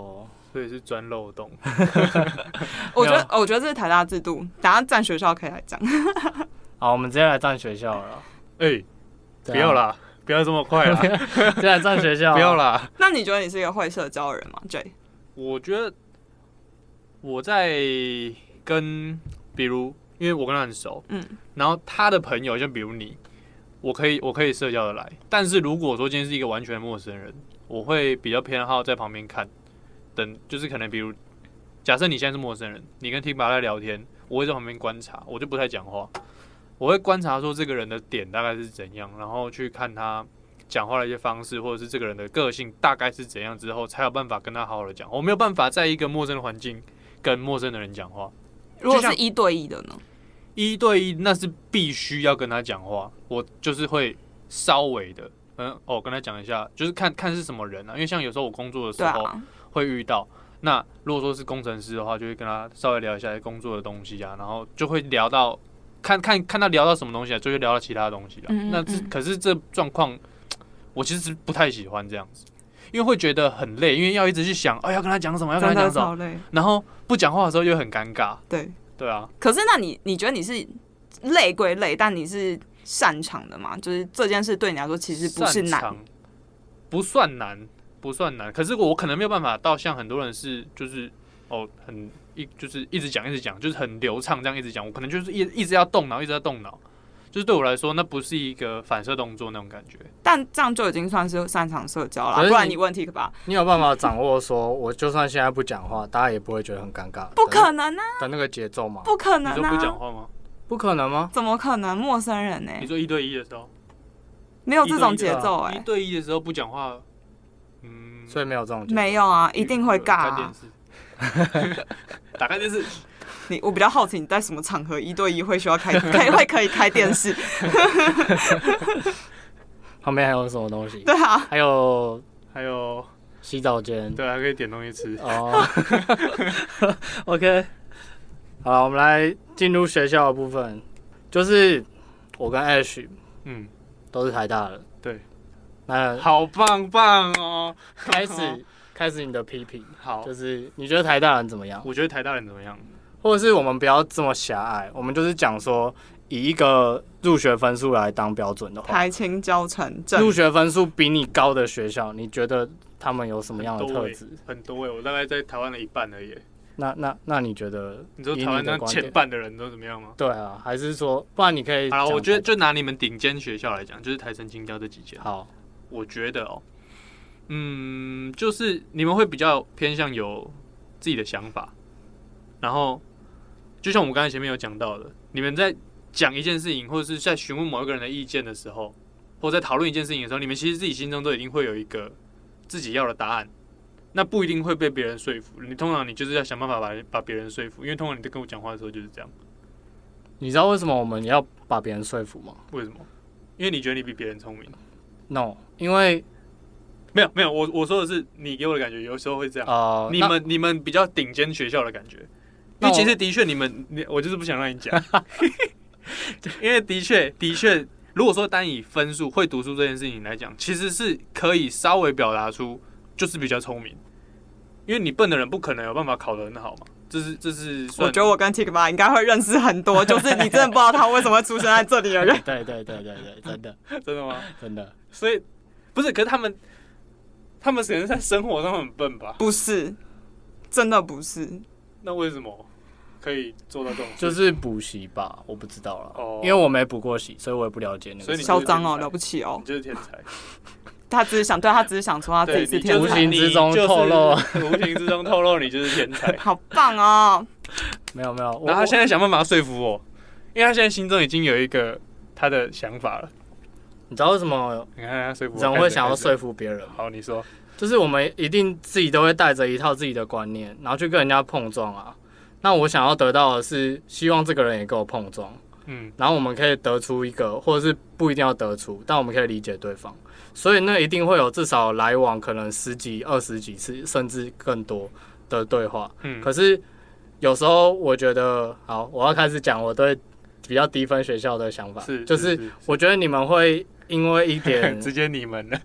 所以是钻漏洞。 我觉得这是台大制度，等下站学校可以来讲。 好，我们直接来站学校了。 不要啦，不要这么快啦， 直接来站学校。 不要啦。 那你觉得你是一个会社交的人吗 ，J？ 我觉得我在跟，比如因为我跟他很熟，然后他的朋友，像比如你，我可以社交的来。但是如果说今天是一个完全陌生人，我会比较偏好在旁边看，等就是可能比如，假设你现在是陌生人，你跟 Tikba 在聊天，我会在旁边观察，我就不太讲话，我会观察说这个人的点大概是怎样，然后去看他讲话的一些方式，或者是这个人的个性大概是怎样之后，才有办法跟他好好的讲。我没有办法在一个陌生的环境跟陌生的人讲话。 如果是1对1的呢 ？1对1那是必须要跟他讲话，我就是会稍微的，跟他讲一下，就是看是什么人啊。因为像有时候我工作的时候会遇到，那如果说是工程师的话，就会跟他稍微聊一下工作的东西啊，然后就会聊到看他聊到什么东西啊，就会聊到其他的东西啊。可是这状况，我其实不太喜欢这样子，因为会觉得很累，因为要一直去想，要跟他讲什么，要跟他讲什么，然后不讲话的时候又很尴尬。对啊。可是那你觉得你是累归累，但你是擅长的吗？就是这件事对你来说其实不是难， 不算难。可是我可能没有办法到像很多人是就是就是一直讲，就是很流畅这样一直讲。我可能就是一直要动脑，就是对我来说，那不是一个反射动作那种感觉。 但这样就已经算是擅长社交了，不然你问题吧。 你有办法掌握说，我就算现在不讲话，大家也不会觉得很尴尬？ 不可能啊！ 的那个节奏吗？ 不可能啊！ 你说不讲话吗？ 不可能吗？ 怎么可能？陌生人呢？ 你说1对1的时候， 没有这种节奏 1对1的时候不讲话， 所以没有这种节奏。 没有啊，一定会尬啊。 打开电视。 我比较好奇你在什么场合1对1会需要可以开电视。 旁边还有什么东西？ 对啊， 还有洗澡间。 对，还可以点东西吃。 OK， 好了，我们来进入学校的部分。就是我跟 Ash，都是台大的。 对， 那好棒哦！ 开始你的批评。 好， 就是你觉得台大人怎么样？ 我觉得台大人怎么样？ 或者是我们不要这么狭隘，我们就是讲说，以一个入学分数来当标准的话， 台清交成政入学分数比你高的学校，你觉得他们有什么样的特质？ 很多我大概在台湾的一半而已。 那你觉得？ 你说台湾那前半的人都怎么样吗？ 对啊，还是说，不然你可以。 好了，我觉得就拿你们顶尖学校来讲，就是台成清交这几间。 好， 我觉得就是你们会比较偏向有自己的想法，然后就像我们刚才前面有讲到的，你们在讲一件事情，或者是在询问某一个人的意见的时候，或者在讨论一件事情的时候，你们其实自己心中都一定会有一个自己要的答案，那不一定会被别人说服。通常你就是要想办法把别人说服，因为通常你在跟我讲话的时候就是这样。 你知道为什么我们要把别人说服吗？ 为什么？因为你觉得你比别人聪明。 No， 因为没有，我说的是你给我的感觉，有时候会这样。你们比较顶尖学校的感觉，因为其实的确我就是不想让你讲，因为的确，如果说单以分数会读书这件事情来讲，其实是可以稍微表达出就是比较聪明，因为你笨的人不可能有办法考得很好嘛。这是我觉得我跟 Tikba 应该会认识很多，就是你真的不知道他为什么会出生在这里的人。 对，真的真的吗？ 真的。 所以不是，可是他们可能在生活上很笨吧？ 不是，真的不是。 那为什么可以做到这种事？ 就是补习吧，我不知道了。因为我没补过习，所以我也不了解那个。 所以你嚣张哦，了不起哦。 你就是天才。 他只是想说他自己是天才， 无形之中透露， 无形之中透露你就是天才。 好棒哦！ 没有， 然后他现在想办法说服我，因为他现在心中已经有一个他的想法了。 你知道为什么？ 你看他说服人会想要说服别人？ 好，你说。 就是我们一定自己都会带着一套自己的观念，然后去跟人家碰撞啊。那我想要得到的是，希望这个人也跟我碰撞，然后我们可以得出一个，或者是不一定要得出，但我们可以理解对方。所以那一定会有至少来往可能10几、20几次，甚至更多的对话。可是有时候我觉得，好，我要开始讲我对比较低分学校的想法，就是我觉得你们会因为一点直接你们了。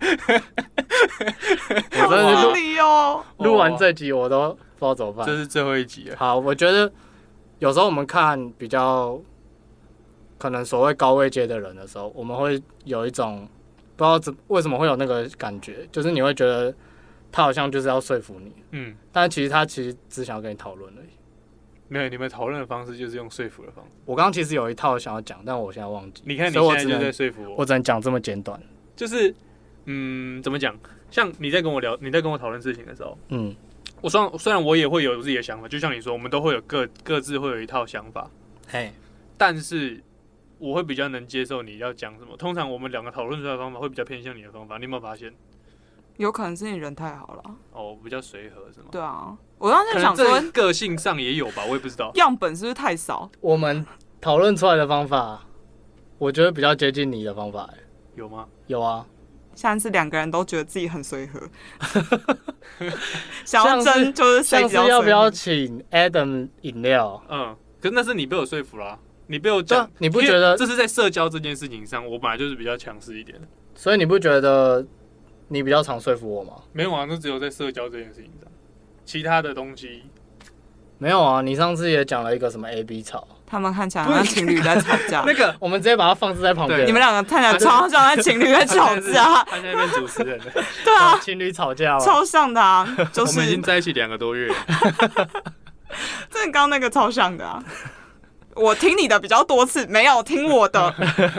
我真的是录完这集我都不知道怎么办。 这是最后一集了。 好，我觉得有时候我们看比较可能所谓高位阶的人的时候，我们会有一种不知道为什么会有那个感觉，就是你会觉得他好像就是要说服你，但其实他只想要跟你讨论而已。 没有，你们讨论的方式就是用说服的方式。 我刚刚其实有一套想要讲，但我现在忘记。 你看，你现在就在说服我， 我只能讲这么简短。 就是，怎么讲？像你在跟我聊，你在跟我讨论事情的时候，我虽然我也会有自己的想法，就像你说，我们都会有各自会有一套想法，但是我会比较能接受你要讲什么。通常我们两个讨论出来的方法会比较偏向你的方法，你有没有发现？ 有可能是你人太好了。 哦，比较随和是吗？ 对啊，我刚才想说， 个性上也有吧，我也不知道。 样本是不是太少？ 我们讨论出来的方法，我觉得比较接近你的方法。 有吗？ 有啊。 现在是两个人都觉得自己很随和，想要争就是谁比较随和。 像是要不要请 Adam 饮料？ 可是那是你被我说服啦，你被我讲， 你不觉得这是在社交这件事情上，我本来就是比较强势一点的， 所以你不觉得你比较常说服我吗？ 没有啊，那只有在社交这件事情上，其他的东西没有啊。你上次也讲了一个什么 A B 吵， 他们看起来像情侣在吵架。 那个我们直接把它放置在旁边。 你们两个看起来超像在情侣在吵架。 他现在变主持人了。 对啊， 情侣吵架超像的啊，就是我们已经在一起2个多月了。 这刚刚那个超像的啊。我听你的比较多次，没有听我的。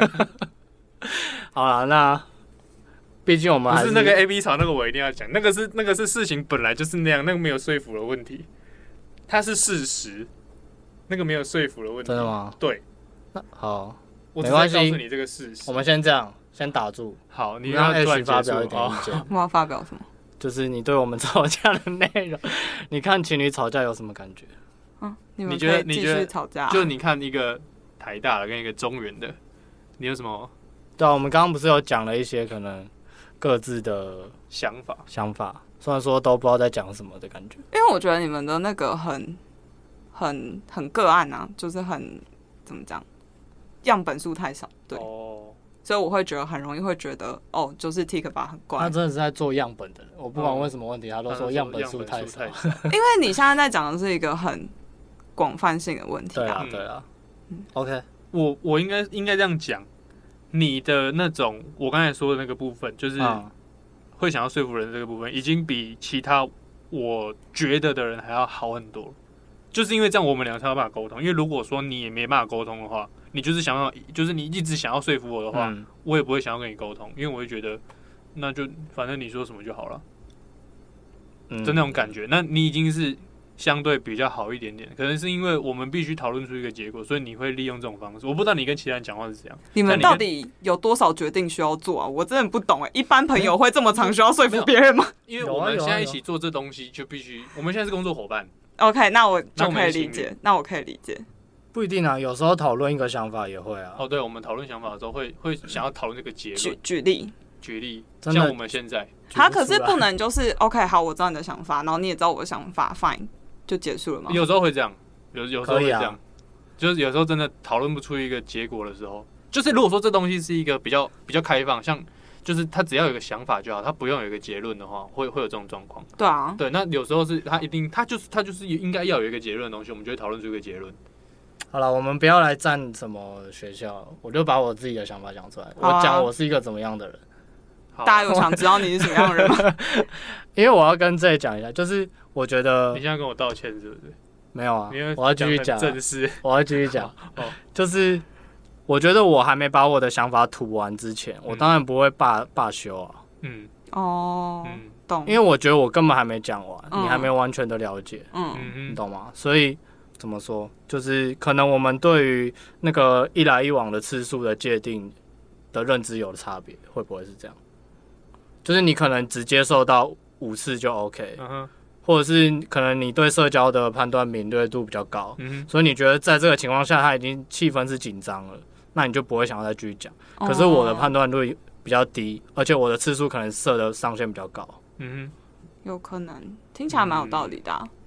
好啦，那毕竟我们还不是那个 A B 吵那个，我一定要讲，那个是事情本来就是那样，那个没有说服的问题，它是事实，那个没有说服的问题。 真的吗？ 对。 那好， 我只是告诉你这个事实。 我们先这样，先打住。 好，你让 H 发表一点意见。 我要发表什么？ 就是你对我们吵架的内容，你看情侣吵架有什么感觉？ 你们可以继续吵架。 就你看一个台大的跟一个中原的，你有什么？ 对啊，我们刚刚不是有讲了一些可能各自的想法， 虽然说都不知道在讲什么的感觉。 因为我觉得你们的那个很个案啊，就是很怎么讲，样本数太少，对。所以我会觉得很容易会觉得，就是 Tikba 很怪。 他真的是在做样本的人，我不管问什么问题，他都说样本数太少。 因为你现在在讲的是一个很广泛性的问题。 对啊。OK， 我应该这样讲，你的那种我刚才说的那个部分，就是会想要说服人的这个部分，已经比其他我觉得的人还要好很多了。就是因为这样，我们俩才有办法沟通。因为如果说你也没办法沟通的话，你就是就是你一直想要说服我的话，我也不会想要跟你沟通，因为我会觉得，那就反正你说什么就好了，就那种感觉。那你已经是相对比较好一点点，可能是因为我们必须讨论出一个结果，所以你会利用这种方式。我不知道你跟其他人讲话是怎样。 你们到底有多少决定需要做啊？我真的不懂一般朋友会这么常需要说服别人吗？ 因为我们现在一起做这东西，就必须我们现在是工作伙伴。 OK， 那我就可以理解。那我可以理解。 不一定啊，有时候讨论一个想法也会啊。 对，我们讨论想法的时候会想要讨论这个结论。 举例， 像我们现在， 他可是不能就是 OK， 好，我知道你的想法，然后你也知道我的想法 ，Fine， 就结束了吗？ 有时候会这样，有时候会这样，就是有时候真的讨论不出一个结果的时候，就是如果说这东西是一个比较开放，像。就是他只要有一个想法就好，他不用有一个结论的话，会有这种状况。 对啊， 对，那有时候是他就是应该要有一个结论的东西，我们就会讨论出一个结论。 好了，我们不要来站什么学校，我就把我自己的想法讲出来。我讲我是一个怎么样的人。 大家有想知道你是什么样的人吗？ 因为我要跟这里讲一下，就是我觉得你现在跟我道歉是不是？ 没有啊，我要继续讲。 正式， 我要继续讲。就是。我觉得我还没把我的想法吐完之前，我当然不会罢休啊。 懂。 因为我觉得我根本还没讲完，你还没完全的了解，你懂吗？所以怎么说，就是可能我们对于那个一来一往的次数的界定的认知有了差别，会不会是这样？就是你可能只接受到5次就 OK，或者是可能你对社交的判断敏锐度比较高，所以你觉得在这个情况下，他已经气氛是紧张了。那你就不会想要再继续讲。可是我的判断率比较低，而且我的次数可能设的上限比较高。 有可能听起来蛮有道理的。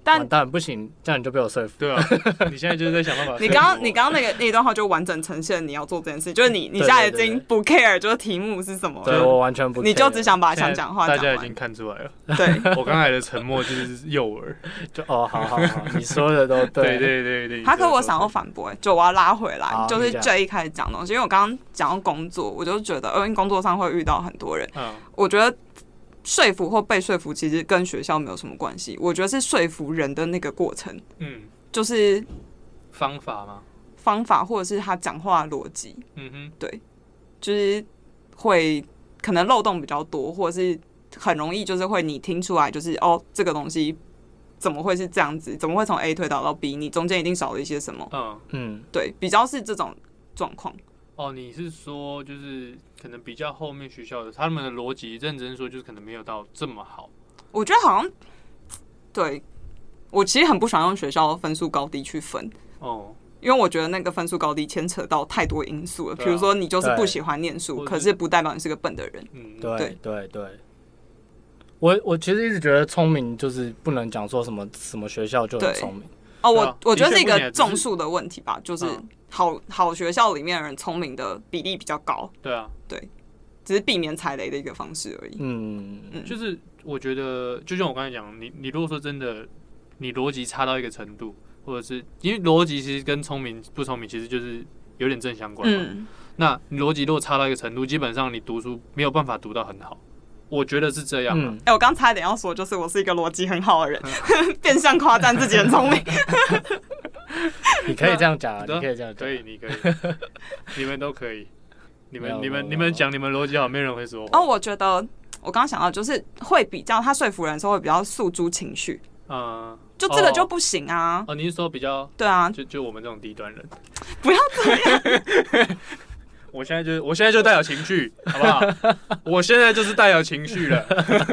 但不行，这样你就被我说服。 对啊，你现在就是在想办法。 你刚刚那一段话就完整呈现你要做这件事，就是你现在已经不 care，就是题目是什么了。 对，我完全不 care， 你就只想把想讲话讲完。 大家已经看出来了。 对， 我刚才的沉默就是诱饵。 就好，你说的都对。 对。 可我想要反驳，就我要拉回来，就是 J 一开始讲的东西，因为我刚刚讲到工作，我就觉得，因为工作上会遇到很多人，我觉得。说服或被说服其实跟学校没有什么关系，我觉得是说服人的那个过程，就是方法吗？ 方法或者是他讲话的逻辑，对，就是会可能漏洞比较多，或者是很容易就是会你听出来就是这个东西怎么会是这样子，怎么会从 A 推导到 B， 你中间一定少了一些什么，对，比较是这种状况。 你是说就是可能比较后面学校的他们的逻辑，认真说就是可能没有到这么好。 我觉得好像，对，我其实很不喜欢用学校分数高低去分因为我觉得那个分数高低牵扯到太多因素了。比如说你就是不喜欢念书，可是不代表你是个笨的人。 对。我其实一直觉得聪明就是不能讲说什么学校就很聪明。 我觉得是一个种数的问题吧，就是好学校里面的人聪明的比例比较高。 对啊， 对，只是避免踩雷的一个方式而已。 就是我觉得，就像我刚才讲，你如果说真的，你逻辑差到一个程度，或者是因为逻辑其实跟聪明不聪明其实就是有点正相关嘛。那你逻辑如果差到一个程度，基本上你读书没有办法读到很好。我觉得是这样。 我刚差一点要说，就是我是一个逻辑很好的人，变相夸赞自己很聪明。 你可以这样讲啊，你可以这样讲。 可以，你可以，你们都可以。你们讲你们逻辑好，没人会说。 我觉得我刚刚想到，就是会比较他说服人的时候会比较诉诸情绪。就这个就不行啊。 你是说比较？ 对啊， 就我们这种低端人， 不要这样。 我现在就带有情绪，好不好？我现在就是带有情绪了。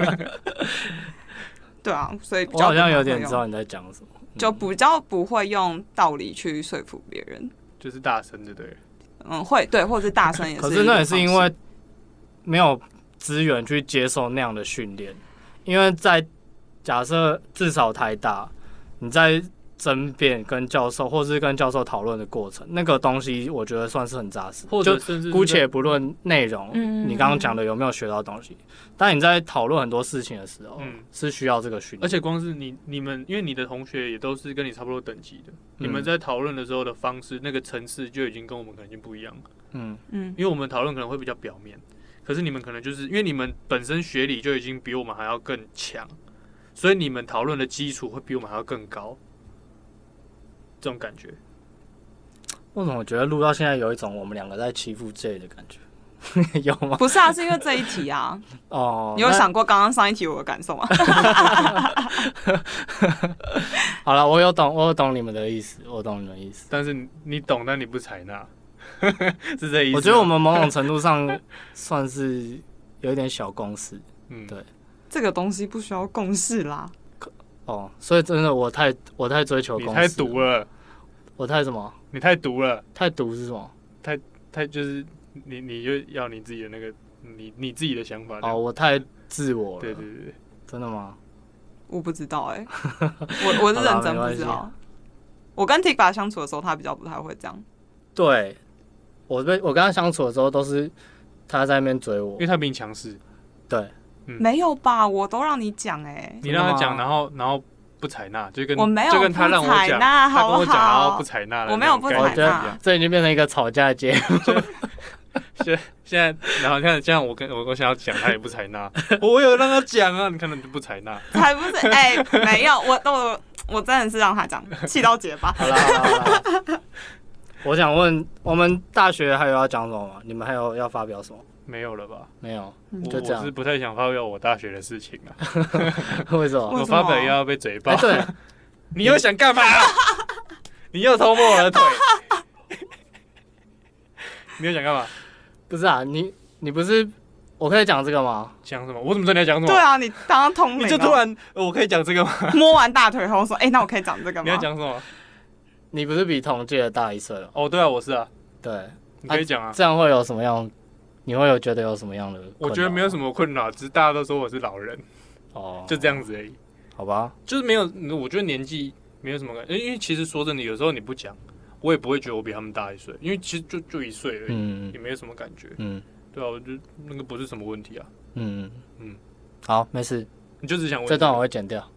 对啊，所以我好像有点知道你在讲什么， 就比较不会用道理去说服别人， 就是大声就对了。 会对，或者是大声也是。 可是那也是因为没有资源去接受那样的训练，因为在假设至少台大，你在争辩跟教授，或是跟教授讨论的过程，那个东西我觉得算是很扎实。 或者甚至姑且不论内容，你刚刚讲的有没有学到东西，但你在讨论很多事情的时候，是需要这个训练。 而且光是你们，因为你的同学也都是跟你差不多等级的，你们在讨论的时候的方式，那个层次就已经跟我们可能已经不一样了。因为我们讨论可能会比较表面，可是你们可能就是因为你们本身学理就已经比我们还要更强，所以你们讨论的基础会比我们还要更高。这种感觉， 为什么我觉得录到现在有一种我们两个在欺负 J 的感觉？有吗？ 不是啊，是因为这一题啊。你有想过刚刚上一题我的感受吗？ 好了，我有懂你们的意思， 但是你懂，但你不采纳，是这意思。 我觉得我们某种程度上算是有一点小共识。对， 这个东西不需要共识啦。 所以真的我太追求公司， 你太毒了， 我太什么？ 你太毒了， 太毒是什么？ 太就是你就要你自己的那个你自己的想法。 我太自我了。 对， 真的吗？ 我不知道我是认真不知道。我跟 Tikba 相处的时候，他比较不太会这样。 对，我跟他相处的时候都是他在那边追我， 因为他比你强势。 对。 没有吧？我都让你讲你让他讲，然后不采纳，就跟我没有就跟他让我讲，他跟我讲，然后不采纳， 我没有不采纳， 这已经变成一个吵架节目。 现在，然后看这样，我想要讲，他也不采纳，我有让他讲啊，你看他就不采纳， 才不是没有，我真的是让他讲，气到结巴。 好啦，我想问，我们大学还有要讲什么吗？你们还有要发表什么？ 没有了吧？ 没有， 就这样。我是不太想发表我大学的事情啊。 为什么？ 我发表要被嘴爆。 对， 你又想干嘛？你又偷摸我的腿。你又想干嘛？ 不是啊，你不是我可以讲这个吗？ 讲什么？我怎么知道你要讲什么？ 对啊，你刚刚通灵， 你就突然我可以讲这个吗？ 摸完大腿后说，那我可以讲这个吗？ 你要讲什么？ 你不是比同届的大1岁了？ 对啊，我是啊。 对， 你可以讲啊。 这样会有什么样？你会有觉得有什么样的困扰？ 我觉得没有什么困扰，只是大家都说我是老人，就这样子而已。 好吧， 就是没有，我觉得年纪没有什么感觉，因为其实说真的，有时候你不讲，我也不会觉得我比他们大1岁，因为其实就1岁而已，也没有什么感觉。对啊，我觉得那个不是什么问题啊。 好，没事。 你就只想问这段我会剪掉。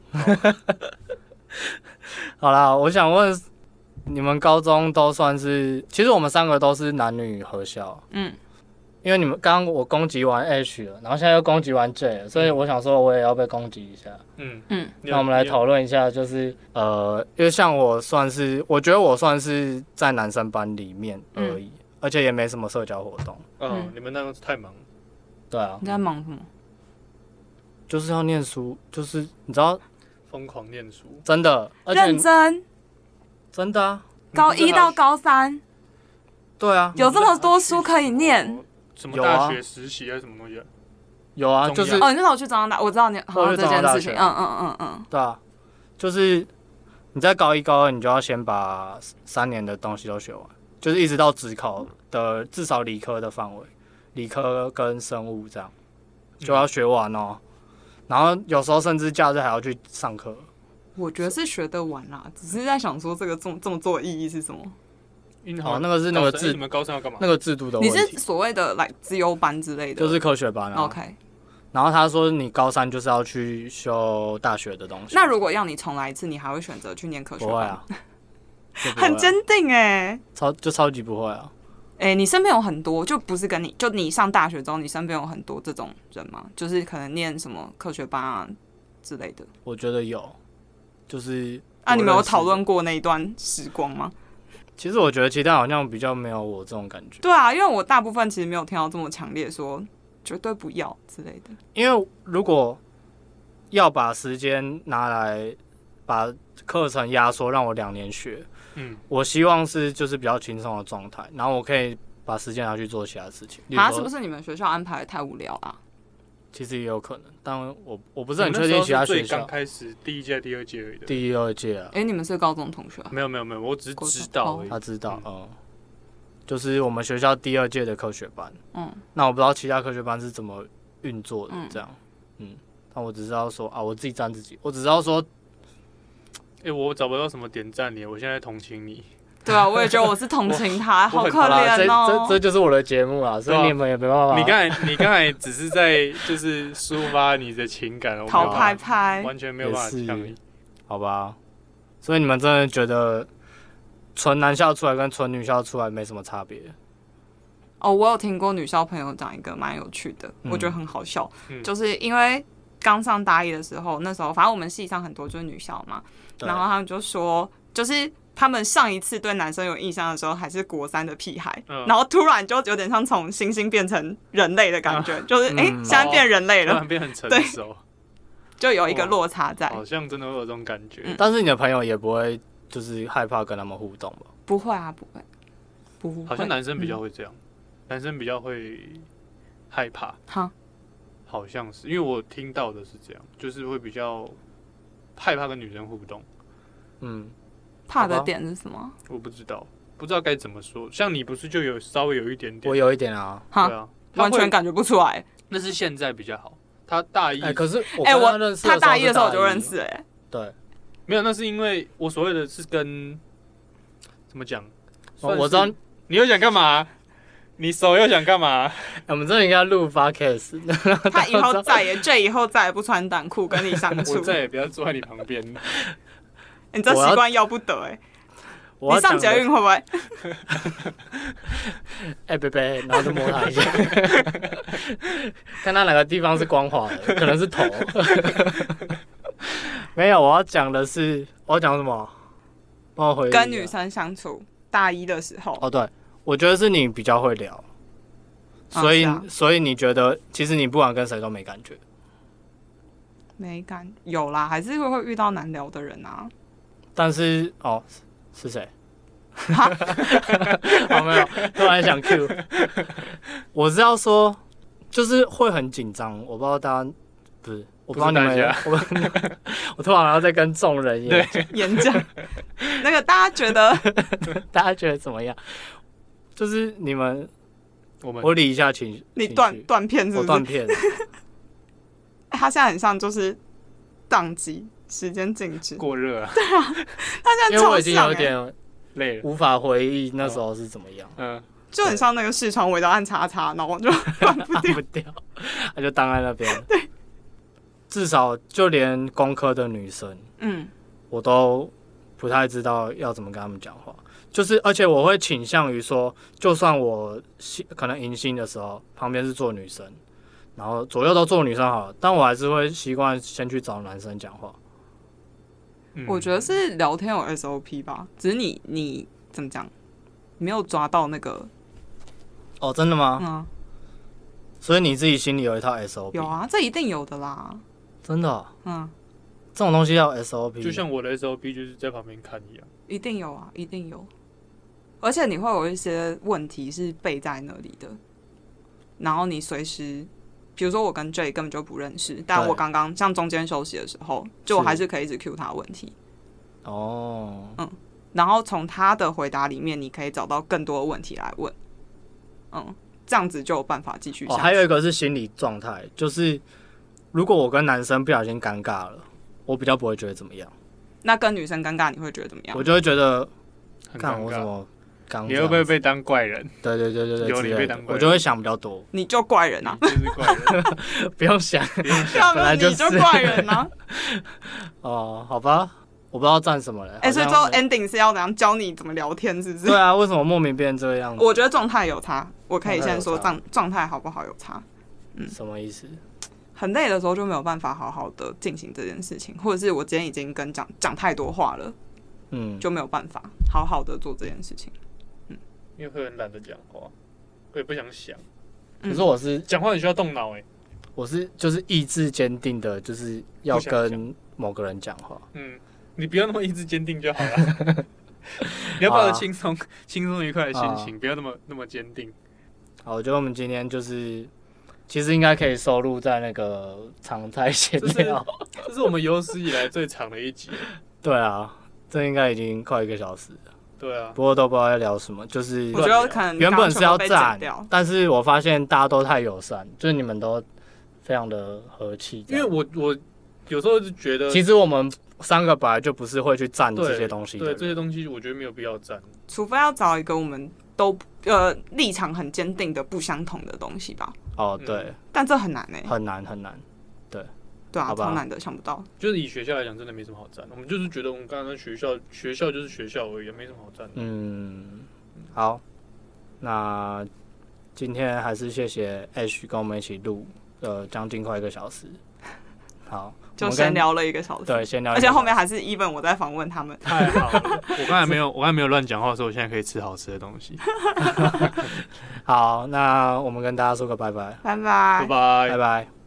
好啦，我想问，你们高中都算是，其实我们3个都是男女合校。因为你们刚刚我攻击完 H 了，然后现在又攻击完 J 了，所以我想说我也要被攻击一下。那我们来讨论一下，就是因为像我算是，我觉得我算是在男生班里面而已，而且也没什么社交活动。 你们那个太忙了。 对啊。 你在忙什么？ 就是要念书，就是你知道， 疯狂念书， 真的， 认真， 真的啊。 高1到高3。 对啊。 有这么多书可以念。 什么大学实习还是什么东西？ 有啊，就是你那时候去中央大，我知道你好像这件事情。 对啊，就是你在高1、高2，你就要先把3年的东西都学完，就是一直到指考的至少理科的范围，理科跟生物这样就要学完哦。然后有时候甚至假日还要去上课。 我觉得是学得完啦，只是在想说这个这么做的意义是什么？ 那个是那个你们高3要干嘛？ 那个制度的问题。 你是所谓的资优班之类的？ 就是科学班啊。 OK。 然后他说你高3就是要去修大学的东西。 那如果要你重来一次，你还会选择去念科学班？ 不会啊。 很坚定哎。 超级不会啊。 你身边有很多，就不是跟你，就你上大学之后，你身边有很多这种人吗？就是可能念什么科学班啊之类的。 我觉得有，就是你们有讨论过那一段时光吗？ 其实我觉得其他好像比较没有我这种感觉。 对啊，因为我大部分其实没有听到这么强烈说绝对不要之类的。 因为如果要把时间拿来把课程压缩，让我2年学，我希望是就是比较轻松的状态，然后我可以把时间拿去做其他事情。 是不是你们学校安排的太无聊啊？ 其实也有可能，但我不是很确定其他学校。 刚开始第1届、第2届而已的。 第2届啊。 你们是高中同学啊？ 没有，我只是知道而已。 他知道，就是我们学校第2届的科学班。那我不知道其他科学班是怎么运作的，这样。但我只知道说我自己赞自己，我只知道说， 我找不到什么点赞你，我现在同情你。 对啊，我也觉得我是同情他，好可怜哦。 这就是我的节目啊，所以你们也没办法。 你刚才只是在就是抒发你的情感， 讨拍拍， 完全没有办法呛你， 好吧？所以你们真的觉得纯男校出来跟纯女校出来没什么差别？ 我有听过女校朋友讲一个蛮有趣的，我觉得很好笑，就是因为刚上大1的时候，那时候反正我们系上很多就是女校嘛，然后他们就说，就是他们上一次对男生有印象的时候还是国3的屁孩，然后突然就有点像从猩猩变成人类的感觉，就是现在变人类了， 突然变很成熟， 就有一个落差在。 好像真的会有这种感觉。 但是你的朋友也不会就是害怕跟他们互动吧？ 不会啊，不会。 好像男生比较会这样，男生比较会害怕。好像是，因为我听到的是这样，就是会比较害怕跟女生互动。 怕的点是什么？ 我不知道该怎么说。像你不是就有稍微有一点点？ 我有一点啊。 对啊， 完全感觉不出来。 那是现在比较好。他大1， 可是他大1的时候我就认识对， 没有，那是因为我所谓的是跟怎么讲？ 我知道你又想干嘛？你手又想干嘛？ 我们真的应该录 podcast。 他以后再也不穿短裤跟你相处， 我再也不要坐在你旁边。 你这习惯要不得你上捷运会不会？ 贝贝，然后就摸他一下，看他哪个地方是光滑的，可能是头。没有，我要讲什么？帮我回忆。 跟女生相处，大1的时候。 对，我觉得是你比较会聊，所以你觉得其实你不管跟谁都没感觉。 没感有啦，还是会遇到难聊的人啊。 但是是谁？没有，突然想 Q。我是要说，就是会很紧张。我不知道大家不是，我不知道你们，我突然要在跟众人演讲。那个大家觉得怎么样？就是你们， 我理一下情绪。 你断片是不是？ 我断片。 他现在很像就是宕机。 时间静止， 过热啊。 对啊，他现在因为我已经有点累了， 无法回忆那时候是怎么样。 就很像那个视窗围到按叉叉，然后就关不掉， 不掉，他就当在那边。对，至少就连工科的女生，我都不太知道要怎么跟他们讲话。就是而且我会倾向于说，就算我可能迎新的时候旁边是坐女生，然后左右都坐女生好了，但我还是会习惯先去找男生讲话。 我觉得是聊天有 SOP 吧，只是你怎么讲，没有抓到那个。 哦，真的吗？所以你自己心里有一套 SOP？ 有啊，这一定有的啦。 真的这种东西要 SOP， 就像我的 SOP 就是在旁边看一样。 一定有啊，一定有。而且你会有一些问题是备在那里的，然后你随时，比如说我跟 J 根本就不认识，但我刚刚像中间休息的时候，就我还是可以一直 cue 他问题。然后从他的回答里面，你可以找到更多的问题来问。这样子就有办法继续下去。 还有一个是心理状态，就是如果我跟男生不小心尴尬了，我比较不会觉得怎么样。 那跟女生尴尬，你会觉得怎么样？ 我就会觉得， 很尴尬。 我怎么刚？ 你会不会被当怪人？ 对， 有你被当怪人， 我就会想比较多。 你就怪人啊！ 就是怪人， 不用想， 本来就是。你就怪人啊！ 好吧。我不知道站什么了。 所以最后 ending 是要怎样教你怎么聊天，是不是？ 对啊，为什么莫名变成这个样子？ 我觉得状态有差，我可以先说状态好不好有差。 什么意思？ 很累的时候就没有办法好好的进行这件事情，或者是我今天已经跟讲太多话了，就没有办法好好的做这件事情。 因为会很懒得讲话，我也不想想。 可是我是讲话很需要动脑我是就是意志坚定的，就是要跟某个人讲话。 你不要那么意志坚定就好了。你要抱着轻松愉快的心情，不要那么坚定。 好，我觉得我们今天就是其实应该可以收录在那个常态闲聊。 这是我们有史以来最长的一集。 对啊，这应该已经快1个小时了。 对啊， 不过都不知道在聊什么，就是我觉得可能原本是要赞，但是我发现大家都太友善，就是你们都非常的和气。 因为我有时候就觉得， 其实我们3个本来就不是会去赞这些东西的。 对这些东西，我觉得没有必要赞， 除非要找一个我们都立场很坚定的不相同的东西吧。 对， 但这很难很难。 对啊，超难的，想不到。 就是以学校来讲，真的没什么好赞。我们就是觉得我们刚刚学校就是学校而已，没什么好赞的。 好，那今天还是谢谢 Ash 跟我们一起录，将近快1个小时。好， 就先聊了1个小时。 对，先聊。 而且后面还是 even 我在访问他们。 太好了，我刚才没有乱讲话，所以我现在可以吃好吃的东西。 好，那我们跟大家说个拜拜。 拜拜。 拜拜。